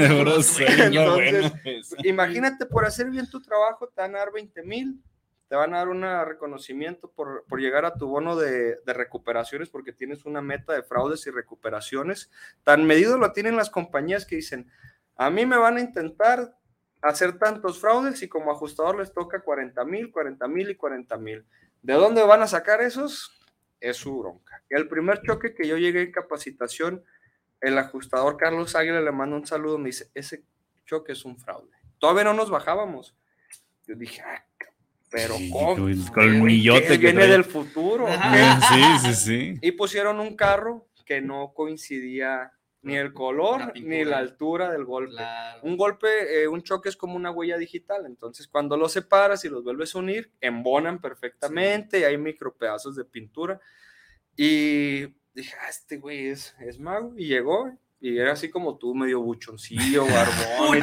entonces imagínate, por hacer bien tu trabajo, te van a dar 20,000, te van a dar un reconocimiento por llegar a tu bono de recuperaciones, porque tienes una meta de fraudes y recuperaciones. Tan medido lo tienen las compañías que dicen, a mí me van a intentar hacer tantos fraudes y como ajustador les toca 40,000 y 40,000. ¿De dónde van a sacar esos? Es su bronca. El primer choque que yo llegué en capacitación, el ajustador Carlos Águila le manda un saludo, me dice, ese choque es un fraude. Todavía no nos bajábamos. Yo dije, pero ¿cómo? El colmillote que viene del futuro. Sí. Y pusieron un carro que no coincidía ni el color, ni la altura del golpe. Claro. Un golpe, un choque es como una huella digital, entonces cuando los separas y los vuelves a unir, embonan perfectamente, y hay micropedazos de pintura, y dije, este güey es mago, y llegó, y era así como tú, medio buchoncillo, barbón.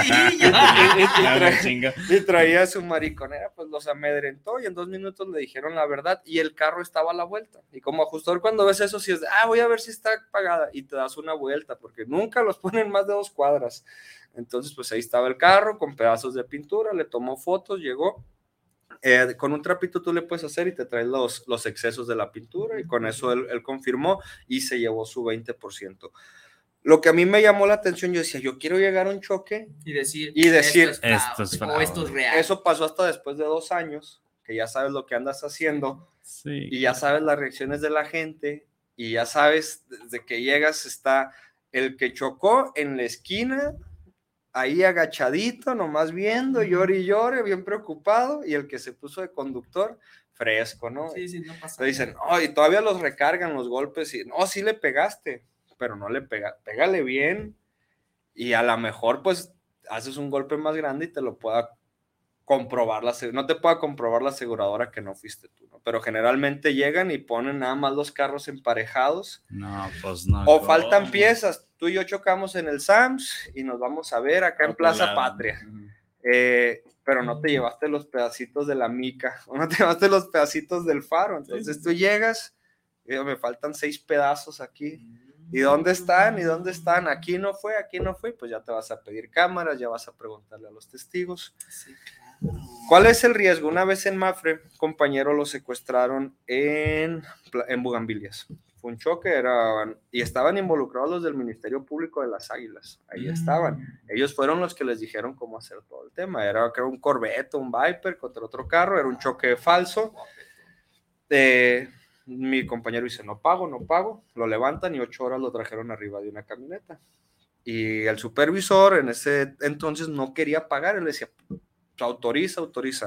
Y traía su mariconera, pues los amedrentó, y en 2 minutos le dijeron la verdad, y el carro estaba a la vuelta. Y como ajustador, cuando ves eso, si es de, voy a ver si está pagada, y te das una vuelta, porque nunca los ponen más de 2 cuadras. Entonces, pues ahí estaba el carro, con pedazos de pintura, le tomó fotos, llegó. Con un trapito tú le puedes hacer y te traes los excesos de la pintura, y con eso él confirmó, y se llevó su 20%. Lo que a mí me llamó la atención, yo decía, yo quiero llegar a un choque y decir esto es real. Eso pasó hasta después de 2 años, que ya sabes lo que andas haciendo, y ya sabes las reacciones de la gente, y ya sabes, desde que llegas está el que chocó en la esquina, ahí agachadito, nomás viendo, llore y llore, bien preocupado, y el que se puso de conductor, fresco, ¿no? Sí, no pasa nada. Dicen, y todavía los recargan los golpes, y sí le pegaste, pero no le pégale bien, y a lo mejor pues haces un golpe más grande y te lo pueda comprobar, no te pueda comprobar la aseguradora que no fuiste tú, ¿no? Pero generalmente llegan y ponen nada más los carros emparejados. No, pues no. O faltan piezas. Tú y yo chocamos en el Sams y nos vamos a ver acá en Plaza Patria. Pero no te llevaste los pedacitos de la mica, o no te llevaste los pedacitos del faro. Entonces tú llegas y me faltan 6 pedazos aquí. ¿Y dónde están? Aquí no fue, pues ya te vas a pedir cámaras, ya vas a preguntarle a los testigos. Sí, claro. ¿Cuál es el riesgo? Una vez en Mafre, compañero, lo secuestraron en Bugambilias. Fue un choque, y estaban involucrados los del Ministerio Público de las Águilas. Ahí estaban. Ellos fueron los que les dijeron cómo hacer todo el tema. Era creo un Corvette, un Viper contra otro carro, era un choque falso. Mi compañero dice, no pago, lo levantan y 8 horas lo trajeron arriba de una camioneta. y el supervisor en ese entonces no quería pagar. Él decía, autoriza.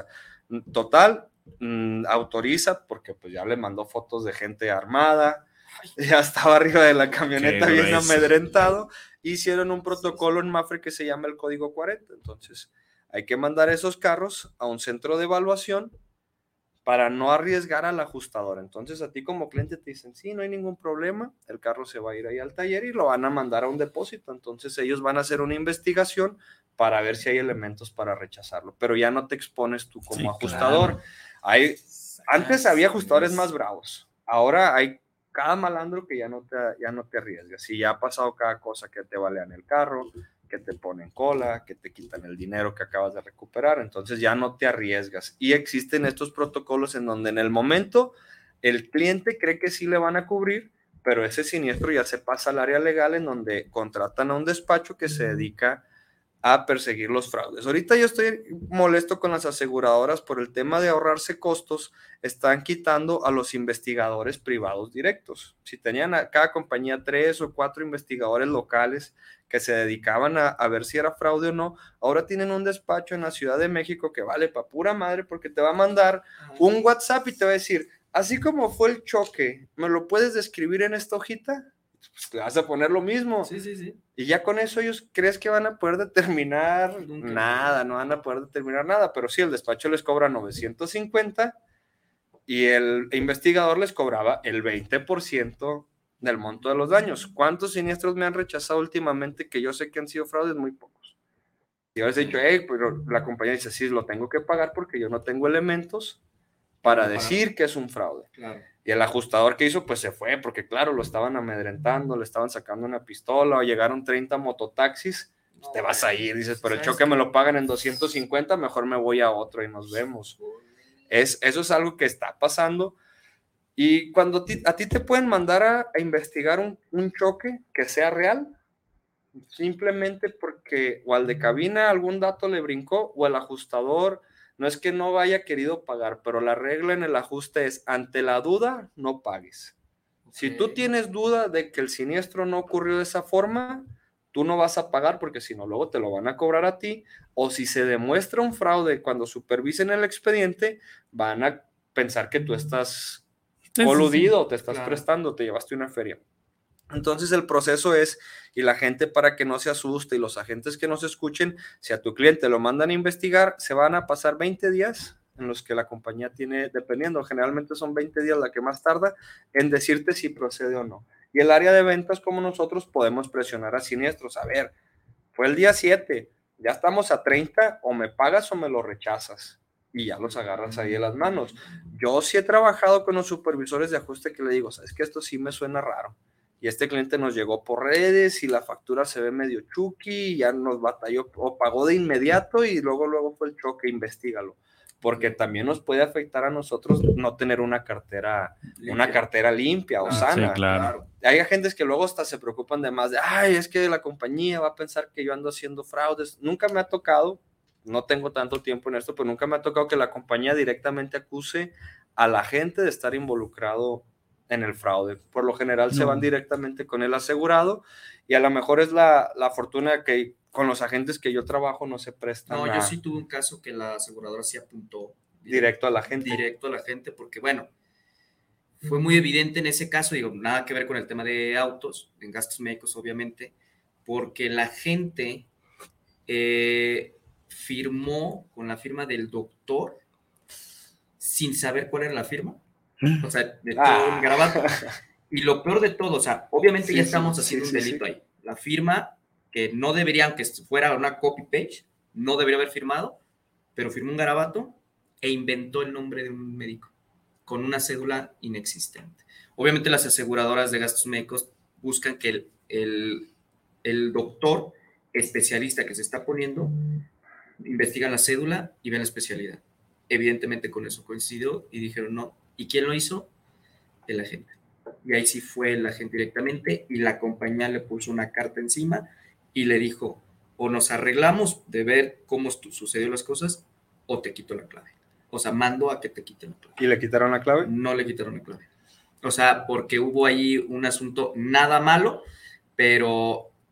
Total, autoriza porque pues ya le mandó fotos de gente armada, ya estaba arriba de la camioneta bien amedrentado. Hicieron un protocolo en Mapfre que se llama el Código 40. Entonces hay que mandar esos carros a un centro de evaluación para no arriesgar al ajustador. Entonces a ti como cliente te dicen, sí, no hay ningún problema, el carro se va a ir ahí al taller y lo van a mandar a un depósito. Entonces ellos van a hacer una investigación para ver si hay elementos para rechazarlo, pero ya no te expones tú como ajustador. Claro. Antes había ajustadores más bravos, ahora hay cada malandro que ya no te arriesgas. Si ya ha pasado cada cosa, que te balean el carro, que te ponen cola, que te quitan el dinero que acabas de recuperar, entonces ya no te arriesgas. Y existen estos protocolos en donde en el momento el cliente cree que sí le van a cubrir, pero ese siniestro ya se pasa al área legal en donde contratan a un despacho que se dedica a perseguir los fraudes. Ahorita yo estoy molesto con las aseguradoras por el tema de ahorrarse costos. Están quitando a los investigadores privados directos. Si tenían a cada compañía 3 o 4 investigadores locales que se dedicaban a ver si era fraude o no, ahora tienen un despacho en la Ciudad de México que vale pa' pura madre, porque te va a mandar un WhatsApp y te va a decir, así como fue el choque, ¿me lo puedes describir en esta hojita? Pues le vas a poner lo mismo. Sí. Y ya con eso ellos crees que van a poder determinar nada, no van a poder determinar nada, pero sí, el despacho les cobra 950 y el investigador les cobraba el 20% del monto de los daños. ¿Cuántos siniestros me han rechazado últimamente que yo sé que han sido fraudes? Muy pocos. Y yo les he dicho, pero la compañía dice, sí, lo tengo que pagar porque yo no tengo elementos para decir que es un fraude. Claro. Y el ajustador que hizo, pues se fue, porque claro, lo estaban amedrentando, le estaban sacando una pistola, o llegaron 30 mototaxis, pues te vas a ir, dices, pero el choque me lo pagan en 250, mejor me voy a otro y nos vemos. Eso es algo que está pasando, y cuando a ti te pueden mandar a investigar un choque que sea real, simplemente porque o al de cabina algún dato le brincó, o el ajustador no es que no haya querido pagar, pero la regla en el ajuste es, ante la duda, no pagues. Si tú tienes duda de que el siniestro no ocurrió de esa forma, tú no vas a pagar porque si no, luego te lo van a cobrar a ti. O si se demuestra un fraude cuando supervisen el expediente, van a pensar que tú estás coludido, te estás prestando, te llevaste una feria. Entonces el proceso es, y la gente para que no se asuste y los agentes que nos escuchen, si a tu cliente lo mandan a investigar, se van a pasar 20 días en los que la compañía tiene, dependiendo, generalmente son 20 días la que más tarda, en decirte si procede o no. Y el área de ventas, como nosotros, podemos presionar a siniestros. A ver, fue el día 7, ya estamos a 30, o me pagas o me lo rechazas. Y ya los agarras ahí en las manos. Yo sí he trabajado con los supervisores de ajuste que le digo, sabes que esto sí me suena raro. Y este cliente nos llegó por redes y la factura se ve medio chucky y ya nos batalló o pagó de inmediato y luego fue el choque, investígalo. Porque también nos puede afectar a nosotros no tener una cartera limpia o sana. Sí, claro. Hay agentes que luego hasta se preocupan de más de, es que la compañía va a pensar que yo ando haciendo fraudes. Nunca me ha tocado, no tengo tanto tiempo en esto, pero nunca me ha tocado que la compañía directamente acuse a la agente de estar involucrado en el fraude. Por lo general se van directamente con el asegurado y a lo mejor es la fortuna que con los agentes que yo trabajo no se prestan. No, yo sí tuve un caso que la aseguradora sí apuntó directo a la gente. Directo a la gente porque, bueno, fue muy evidente en ese caso, digo, nada que ver con el tema de autos, en gastos médicos obviamente, porque la gente firmó con la firma del doctor sin saber cuál era la firma. O sea, de todo el garabato. Y lo peor de todo, o sea, obviamente ya estamos haciendo un delito ahí. La firma, que no debería, aunque fuera una copy page, no debería haber firmado, pero firmó un garabato e inventó el nombre de un médico con una cédula inexistente. Obviamente las aseguradoras de gastos médicos buscan que el doctor especialista que se está poniendo investiga la cédula y ve la especialidad. Evidentemente con eso coincidió y dijeron no. ¿Y quién lo hizo? El agente. Y ahí sí fue el agente directamente y la compañía le puso una carta encima y le dijo, o nos arreglamos de ver cómo sucedió las cosas o te quito la clave. O sea, mando a que te quiten la clave. ¿Y le quitaron la clave? No le quitaron la clave. O sea, porque hubo ahí un asunto nada malo, pero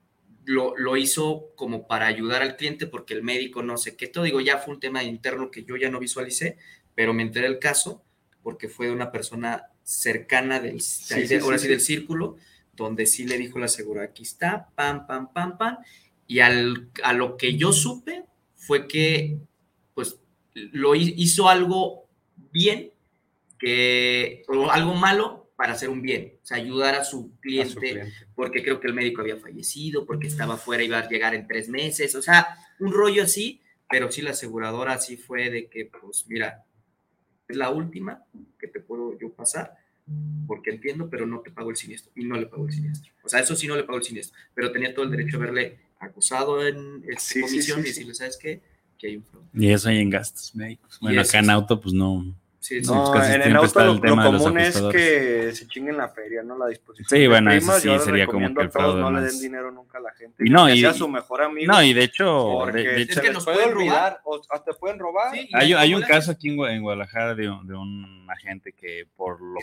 lo hizo como para ayudar al cliente porque el médico no sé qué, todo digo, ya fue un tema interno que yo ya no visualicé, pero me enteré del caso porque fue de una persona cercana del círculo, donde sí le dijo la asegurada, aquí está, pam, pam, pam, pam, y a lo que yo supe fue que pues hizo algo bien, o algo malo para hacer un bien, o sea, ayudar a su cliente, porque creo que el médico había fallecido, porque estaba fuera, iba a llegar en 3 meses, o sea, un rollo así, pero sí la aseguradora sí fue de que, pues mira, es la última que te puedo yo pasar, porque entiendo, pero no te pago el siniestro, y no le pago el siniestro, o sea, eso sí no le pago el siniestro, pero tenía todo el derecho a haberle acusado en comisión y decirle, ¿sabes qué? Que hay un fraude. Y eso hay en gastos médicos. Bueno, acá en auto, pues no. Sí, no, en auto lo común es que se chinguen la feria, ¿no? La disposición. Sí, bueno, eso sí sería como que el fraude no más. le den dinero nunca a la gente. Y no, que sea su mejor amigo. No, y de hecho, de hecho se nos puede olvidar o hasta pueden robar. Sí, hay un caso aquí en Guadalajara de un agente que por lo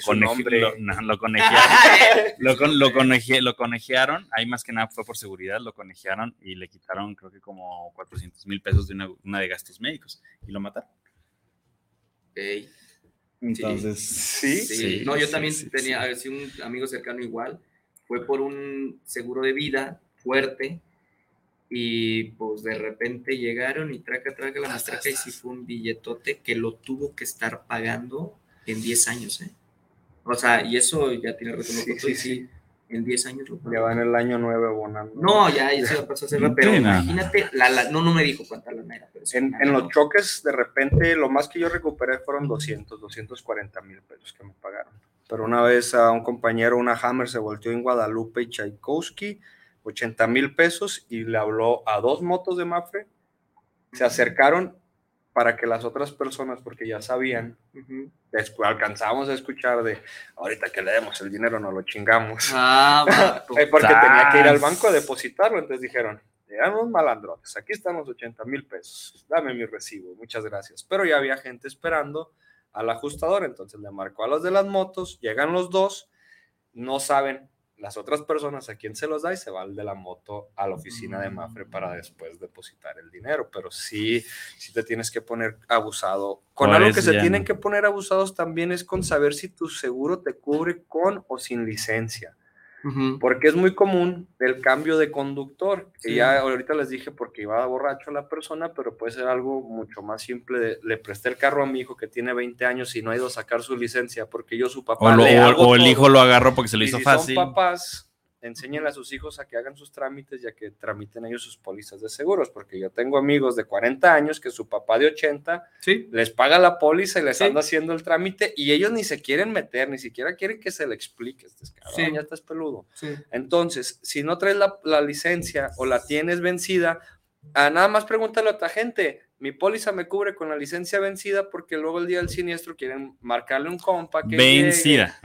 conejearon, ahí más que nada fue por seguridad, lo conejearon y le quitaron creo que como 400,000 pesos de una de gastos médicos y lo mataron. Hey. Entonces, sí. No, yo también tenía un amigo cercano igual, fue por un seguro de vida fuerte y pues de repente llegaron y traca la matraca y sí fue un billetote que lo tuvo que estar pagando en 10 años, o sea, y eso ya tiene retorno, sí. En 10 años lo pagó. Ya va en el año 9 abonando. No, ya se lo pasó a cerrar, pero imagínate, no me dijo cuánta lana era. Pero en los choques, de repente, lo más que yo recuperé fueron 240,000 pesos que me pagaron. Pero una vez a un compañero, una Hammer, se volteó en Guadalupe y Tchaikovsky, 80,000 pesos, y le habló a 2 motos de Mapfre, se acercaron para que las otras personas, porque ya sabían, después alcanzamos a escuchar de, ahorita que le demos el dinero no lo chingamos. Porque tenía que ir al banco a depositarlo, entonces dijeron, eran unos malandrones, aquí están los 80,000 pesos, dame mi recibo, muchas gracias. Pero ya había gente esperando al ajustador, entonces le marcó a los de las motos, llegan los 2, no saben las otras personas a quién se los da y se va el de la moto a la oficina de Mapfre para después depositar el dinero, pero sí te tienes que poner abusado. Con algo que se tienen que poner abusados también es con saber si tu seguro te cubre con o sin licencia, porque es muy común el cambio de conductor, que ya ahorita les dije porque iba borracho la persona, pero puede ser algo mucho más simple, le presté el carro a mi hijo que tiene 20 años y no ha ido a sacar su licencia porque yo su papá o el hijo lo agarró porque se lo hizo fácil. Son papás, enséñenle a sus hijos a que hagan sus trámites y a que tramiten ellos sus pólizas de seguros, porque yo tengo amigos de 40 años que su papá de 80 les paga la póliza y les anda haciendo el trámite y ellos ni se quieren meter, ni siquiera quieren que se le explique, ya estás peludo. Entonces, si no traes la licencia o la tienes vencida, nada más pregúntale a tu agente, mi póliza me cubre con la licencia vencida, porque luego el día del siniestro quieren marcarle un compa que vencida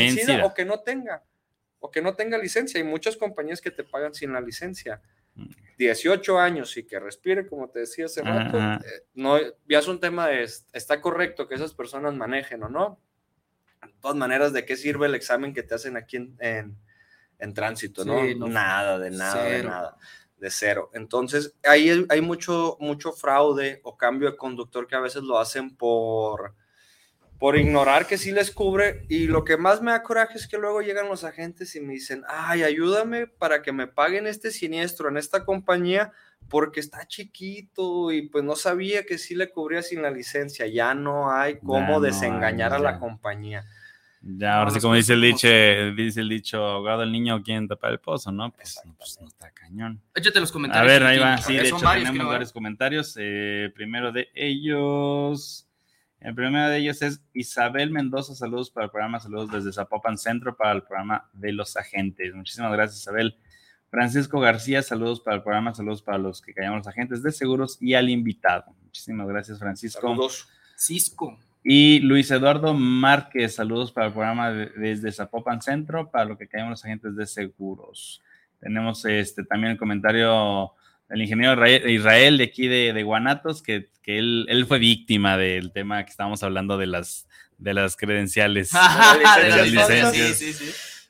o que no tenga licencia. Hay muchas compañías que te pagan sin la licencia. 18 años y que respire, como te decía hace rato, no, ya es un tema de, está correcto que esas personas manejen o no. De todas maneras, ¿de qué sirve el examen que te hacen aquí en tránsito? ¿No? Nada, de cero. Entonces, ahí hay mucho fraude o cambio de conductor que a veces lo hacen por ignorar que sí les cubre, y lo que más me da coraje es que luego llegan los agentes y me dicen, ay, ayúdame para que me paguen este siniestro en esta compañía porque está chiquito y pues no sabía que sí le cubría sin la licencia. Ya no hay cómo desengañar a la compañía. Ya, ahora sí, como dice el dicho, ahogado el niño, ¿quién tapa el pozo? ¿No? Pues no está cañón. Échate los comentarios. A ver, ahí va. Sí, de hecho tenemos varios comentarios. Primero de ellos... El primero de ellos es Isabel Mendoza, saludos para el programa, saludos desde Zapopan Centro para el programa de los agentes. Muchísimas gracias, Isabel. Francisco García, saludos para el programa, saludos para los que callamos los agentes de seguros y al invitado. Muchísimas gracias, Francisco. Saludos. Cisco. Y Luis Eduardo Márquez, saludos para el programa desde Zapopan Centro para lo que callamos los agentes de seguros. Tenemos también el comentario del ingeniero Israel de aquí de Guanatos, que él fue víctima del tema que estábamos hablando de las credenciales. De las licencias. Sí.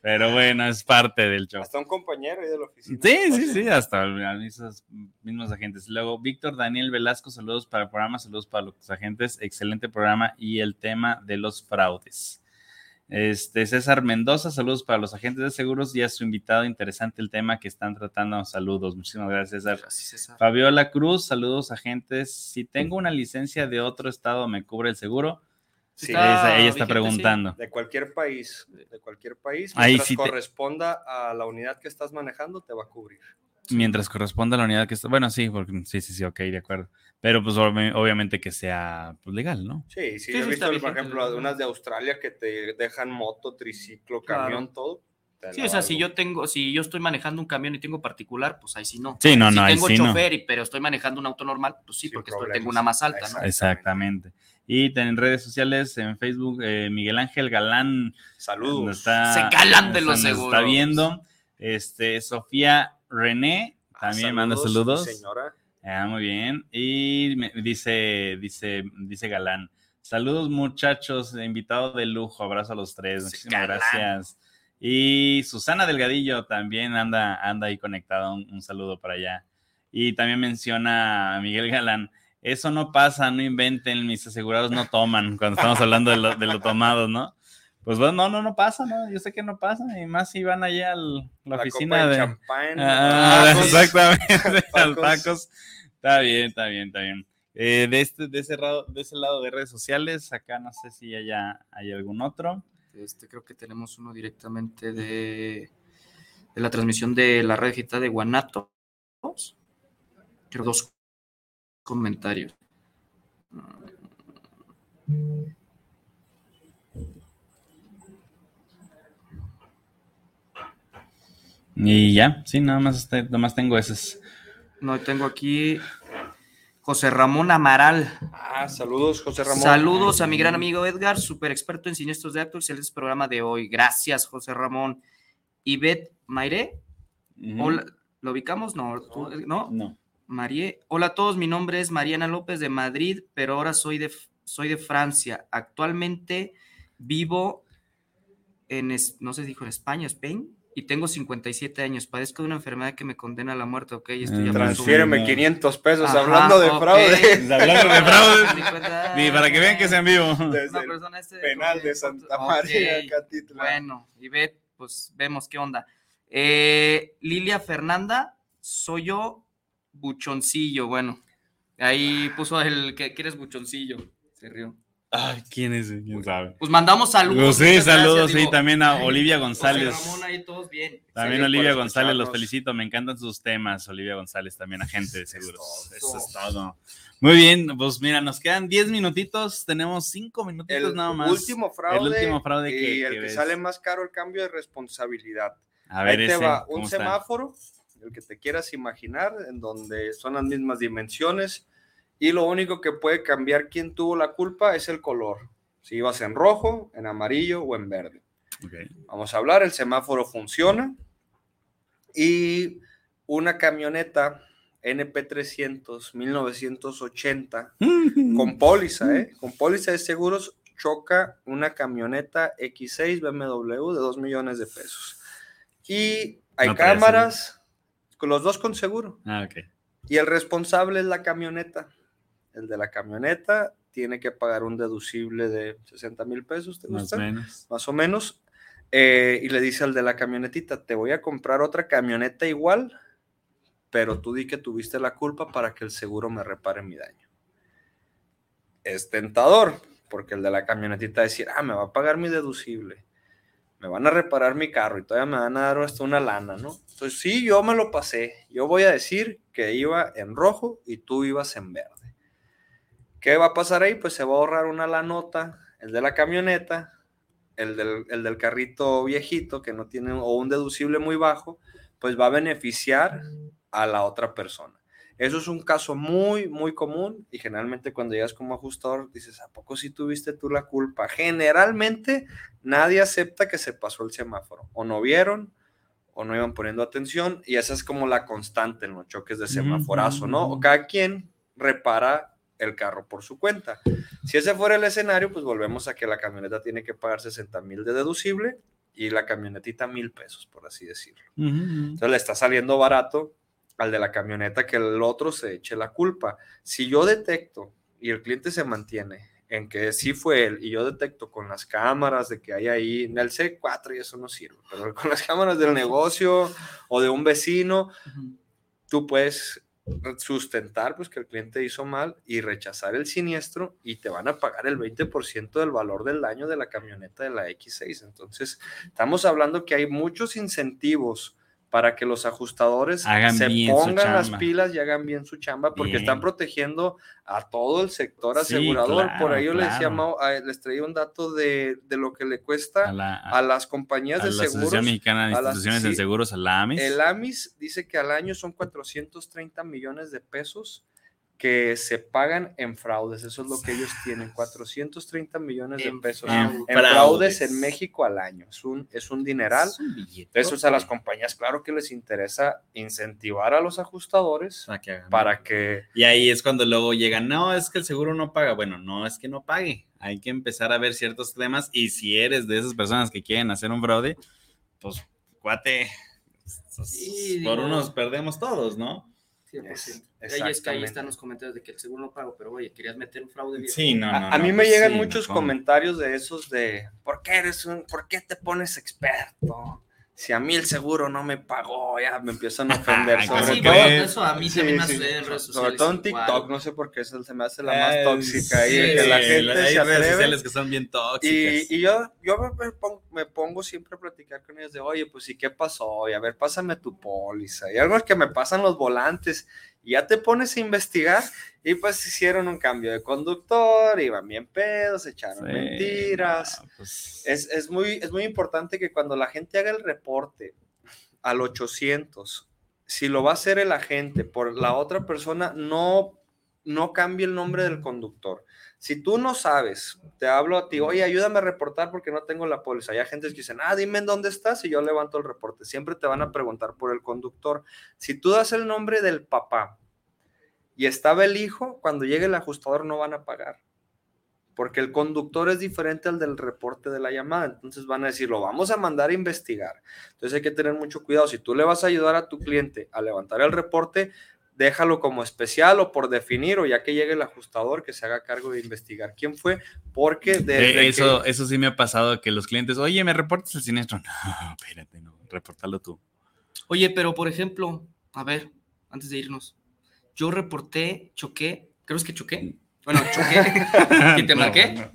Pero bueno, es parte del show. Hasta un compañero ahí de la oficina. Sí, hasta esos mismos agentes. Luego, Víctor Daniel Velasco, saludos para el programa, saludos para los agentes, excelente programa y el tema de los fraudes. César Mendoza, saludos para los agentes de seguros y a su invitado, interesante el tema que están tratando, saludos, muchísimas gracias, César. Gracias, César. Fabiola Cruz, saludos agentes, si tengo una licencia de otro estado, ¿me cubre el seguro? Sí, ella está preguntando. Sí. De cualquier país, Ahí mientras sí corresponda a la unidad que estás manejando, te va a cubrir. Mientras corresponda a la unidad que está, bueno, sí, porque sí, ok, de acuerdo. Pero pues obviamente que sea pues, legal, ¿no? Sí, yo he visto, por ejemplo, de unas de Australia que te dejan moto, triciclo, camión, todo. Sí, o sea, si yo estoy manejando un camión y tengo particular, pues ahí sí no. Sí, no, si no, tengo ahí sí chofer, no. Pero estoy manejando un auto normal, pues sí, Sin porque problemas. tengo una más alta, ¿no? Exactamente. Y en redes sociales, en Facebook, Miguel Ángel Galán. Saludos. Se Galán de los seguros. Está viendo. Sofía René también manda saludos. Señora. Muy bien. Y dice Galán. Saludos, muchachos, invitado de lujo. Abrazo a los tres. Muchísimas gracias. Y Susana Delgadillo también anda ahí conectada. Un saludo para allá. Y también menciona a Miguel Galán. Eso no pasa, no inventen, mis asegurados no toman cuando estamos hablando de lo tomado, ¿no? Pues bueno, no pasa, ¿no? Yo sé que no pasa, y más si van allá a la oficina copa de champán. Exactamente, al tacos. Está bien. De ese lado de redes sociales, acá no sé si hay algún otro. Creo que tenemos uno directamente de la transmisión de la red digital de Guanatos. Quiero 2 comentarios. Y ya, sí, nada más tengo esos. No, tengo aquí José Ramón Amaral. Saludos, José Ramón. Saludos a mi gran amigo Edgar, súper experto en siniestros de actos. Excelente programa de hoy. Gracias, José Ramón. Ivette Maire. Hola, ¿lo ubicamos? No. Marie. Hola a todos, mi nombre es Mariana López de Madrid, pero ahora soy de Francia. Actualmente vivo no sé si dijo en España, Spain, y tengo 57 años. Padezco de una enfermedad que me condena a la muerte. Ok, estoy transfiéreme 500 pesos. Hablando de fraude. Hablando de fraude. Y para que vean que es en vivo. Desde el penal de Santa María, Catitla. Bueno, y ve, pues vemos qué onda. Lilia Fernanda, soy yo, buchoncillo. Bueno, ahí puso que eres buchoncillo. Se rió. Ay, ¿quién es? ¿Quién sabe? Pues mandamos saludos. Sí, saludos, sí, también a Olivia González. Ramón, ahí todos bien. También Olivia González, los felicito, me encantan sus temas. Olivia González, también agente de seguros. Eso es todo. Muy bien, pues mira, nos quedan 10 minutitos, tenemos 5 minutitos nada más. El último fraude y el que sale más caro, el cambio de responsabilidad. A ver, ahí te va un semáforo, el que te quieras imaginar, en donde son las mismas dimensiones. Y lo único que puede cambiar quién tuvo la culpa es el color. Si ibas en rojo, en amarillo o en verde. Okay. Vamos a hablar, el semáforo funciona. Y una camioneta NP300 1980 con póliza, con póliza de seguros, choca una camioneta X6 BMW de 2 millones de pesos. Y hay cámaras, los dos con seguro. Ok. Y el responsable es la camioneta. El de la camioneta tiene que pagar un deducible de 60,000 pesos, ¿te gusta? Más o menos. Y le dice al de la camionetita, te voy a comprar otra camioneta igual, pero tú di que tuviste la culpa para que el seguro me repare mi daño. Es tentador, porque el de la camionetita decir, me va a pagar mi deducible, me van a reparar mi carro y todavía me van a dar hasta una lana, ¿no? Entonces sí, yo me lo pasé. Yo voy a decir que iba en rojo y tú ibas en verde. ¿Qué va a pasar ahí? Pues se va a ahorrar una lanota, el de la camioneta, el del carrito viejito que no tiene, o un deducible muy bajo, pues va a beneficiar a la otra persona. Eso es un caso muy, muy común y generalmente cuando llegas como ajustador dices, ¿a poco sí tuviste tú la culpa? Generalmente nadie acepta que se pasó el semáforo. O no vieron o no iban poniendo atención y esa es como la constante en los choques de semaforazo, ¿no? O cada quien repara el carro por su cuenta. Si ese fuera el escenario, pues volvemos a que la camioneta tiene que pagar 60,000 de deducible y la camionetita $1,000, por así decirlo. Uh-huh. Entonces le está saliendo barato al de la camioneta que el otro se eche la culpa. Si yo detecto y el cliente se mantiene en que sí fue él y yo detecto con las cámaras de que hay ahí, en el C4 y eso no sirve, pero con las cámaras del negocio o de un vecino, tú puedes sustentar pues que el cliente hizo mal y rechazar el siniestro y te van a pagar el 20% del valor del daño de la camioneta de la X6. Entonces estamos hablando que hay muchos incentivos para que los ajustadores se pongan las pilas y hagan bien su chamba, porque están protegiendo a todo el sector asegurador. Por ahí yo les traía un dato de lo que le cuesta a las compañías de seguros. La Asociación Mexicana de Instituciones de Seguros, a la AMIS. El AMIS dice que al año son 430 millones de pesos que se pagan en fraudes. Eso es lo que ellos tienen, 430 millones de pesos en fraudes en México al año. Es un dineral. Eso a las compañías, claro que les interesa incentivar a los ajustadores para que... Y ahí es cuando luego llegan, no, es que el seguro no paga. Bueno, no es que no pague. Hay que empezar a ver ciertos temas, y si eres de esas personas que quieren hacer un fraude, pues, cuate, por unos perdemos todos, ¿no? Es que ahí están los comentarios de que el seguro no pago, pero oye, querías meter un fraude viejo. Sí, a mí me llegan muchos comentarios de esos de ¿por qué te pones experto? Si a mí el seguro no me pagó, ya me empiezan a ofender. Eso a mí también me sucede en redes sociales. Sobre todo en TikTok, no sé por qué se me hace la más tóxica. Que la gente se atreve. Redes sociales que son bien tóxicas. Y yo me pongo siempre a platicar con ellos de, oye, pues, ¿y qué pasó? Y a ver, pásame tu póliza. Y algo es que me pasan los volantes. Y ya te pones a investigar, y pues hicieron un cambio de conductor, iban bien pedos, echaron mentiras. No, pues... es muy importante que cuando la gente haga el reporte al 800, si lo va a hacer el agente por la otra persona, no cambie el nombre del conductor. Si tú no sabes, te hablo a ti, oye, ayúdame a reportar porque no tengo la póliza. Hay agentes que dicen, dime en dónde estás y yo levanto el reporte. Siempre te van a preguntar por el conductor. Si tú das el nombre del papá y estaba el hijo, cuando llegue el ajustador no van a pagar, porque el conductor es diferente al del reporte de la llamada. Entonces van a decir, lo vamos a mandar a investigar. Entonces hay que tener mucho cuidado. Si tú le vas a ayudar a tu cliente a levantar el reporte, déjalo como especial o por definir, o ya que llegue el ajustador que se haga cargo de investigar quién fue, porque eso sí me ha pasado, que los clientes, oye, ¿me reportas el siniestro? No, espérate, no, repórtalo tú. Oye, pero por ejemplo, a ver, antes de irnos, yo reporté, choqué. Bueno, choqué y te marqué.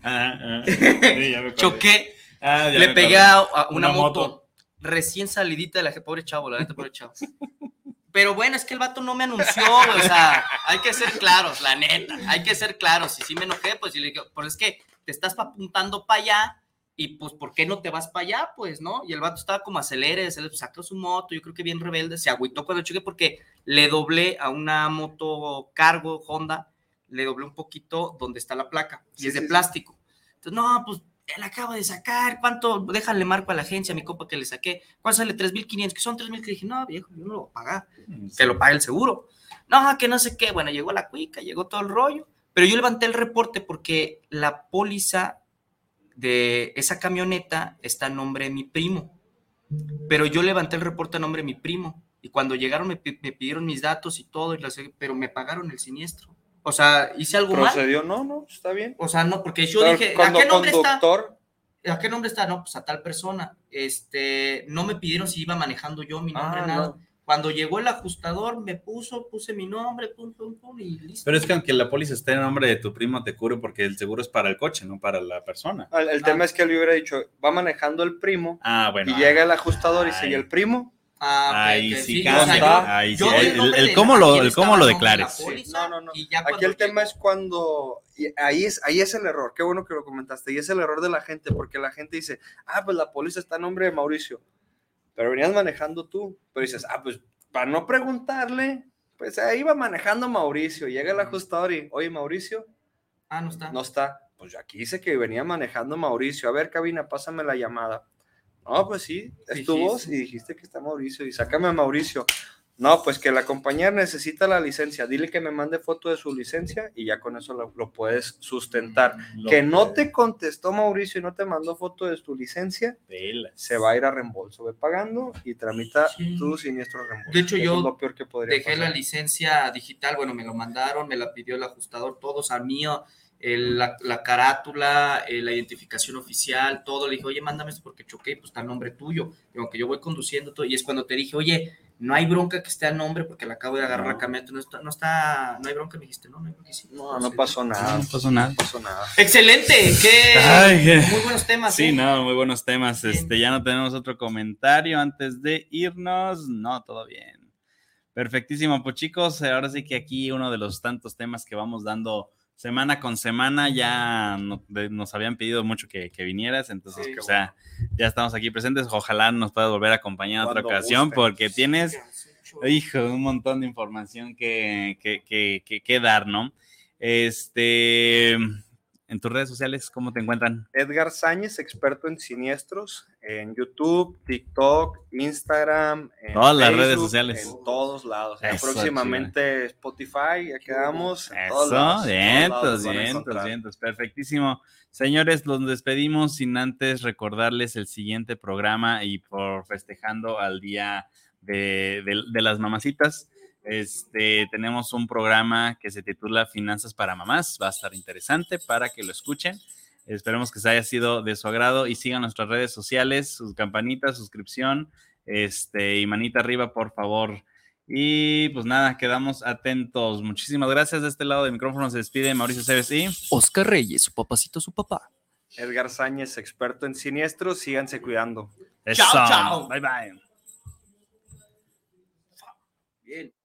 Sí, choqué, le pegué a una moto recién salidita de la pobre chavo, la neta, pobre chavo. Pero bueno, es que el vato no me anunció, o sea, hay que ser claros, la neta, hay que ser claros. Y si me enojé, pues, y le dije, pues es que te estás apuntando para allá, y pues, ¿por qué no te vas para allá? Pues, ¿no? Y el vato estaba como acelere, sacó su moto, yo creo que bien rebelde, se agüitó cuando choqué porque le doblé a una moto cargo Honda, le doblé un poquito donde está la placa, y es de plástico. Entonces, no, pues, él acaba de sacar, ¿cuánto? Déjale marco a la agencia, a mi compa que le saqué, ¿cuánto sale? 3,500, que son 3,000, que dije, no, viejo, yo no lo voy a pagar, que lo pague el seguro. No, que no sé qué, bueno, llegó la cuica, llegó todo el rollo, pero yo levanté el reporte porque la póliza de esa camioneta está a nombre de mi primo, pero yo levanté el reporte a nombre de mi primo, y cuando llegaron me pidieron mis datos y todo, pero me pagaron el siniestro. O sea, hice algo mal. ¿Procedió? No, está bien. O sea, no, porque yo dije, ¿a qué nombre está? ¿A qué nombre está? No, pues a tal persona. No me pidieron si iba manejando yo mi nombre, nada. No. Cuando llegó el ajustador, puse mi nombre, pum, y listo. Pero es que aunque la póliza esté en nombre de tu primo, te cubre porque el seguro es para el coche, no para la persona. El tema es que él hubiera dicho, va manejando el primo, bueno, y llega el ajustador y sigue el primo. Ahí sí cambia. El cómo lo declares. No. Aquí el tema es cuando, ahí es el error. Qué bueno que lo comentaste. Y es el error de la gente, porque la gente dice, pues la póliza está a nombre de Mauricio, pero venías manejando tú. Pero dices, pues para no preguntarle, pues ahí va manejando Mauricio. Llega el ajustador y, oye, Mauricio. No está. No está. Pues aquí dice que venía manejando Mauricio. A ver, cabina, pásame la llamada. No, pues sí, es tu voz y dijiste que está Mauricio y sácame a Mauricio. No, pues que la compañía necesita la licencia, dile que me mande foto de su licencia y ya con eso lo puedes sustentar. No te contestó Mauricio y no te mandó foto de tu licencia, se va a ir a reembolso, ve pagando y tramita tu siniestro reembolso. De hecho, eso yo es lo peor que podría dejé pasar. La licencia digital, bueno, me lo mandaron, me la pidió el ajustador, todos a mí, la carátula, la identificación oficial, todo. Le dije, oye, mándame esto porque choqué, pues está el nombre tuyo, y aunque yo voy conduciendo todo, y es cuando te dije, oye, no hay bronca que esté al nombre porque le acabo de agarrar la camioneta, no hay bronca, me dijiste, no hay bronca. Sí, no pasó nada. No pasó nada. Excelente, muy buenos temas. Sí, no, muy buenos temas. Ya no tenemos otro comentario antes de irnos. No, todo bien. Perfectísimo, pues chicos, ahora sí que aquí uno de los tantos temas que vamos dando semana con semana, ya nos habían pedido mucho que vinieras, entonces, sí, ya estamos aquí presentes. Ojalá nos puedas volver a acompañar en otra ocasión, porque tienes, un montón de información que dar, ¿no? En tus redes sociales, ¿cómo te encuentran? Edgar Sáñez, experto en siniestros, en YouTube, TikTok, Instagram, en todas Facebook, las redes sociales. En todos lados. Eso, próximamente chiva. Spotify, ya quedamos. Eso, vientos. Perfectísimo. Señores, los despedimos sin antes recordarles el siguiente programa y por festejando al Día de las Mamacitas. Tenemos un programa que se titula Finanzas para Mamás, va a estar interesante para que lo escuchen. Esperemos que se haya sido de su agrado y sigan nuestras redes sociales, sus campanitas, suscripción, y manita arriba, por favor. Y pues nada, quedamos atentos. Muchísimas gracias. De este lado del micrófono se despide Mauricio Cebes y Oscar Reyes, su papacito, su papá. Edgar Sáñez, experto en siniestros. Síganse cuidando. Eso. Chao. Bye. Bien.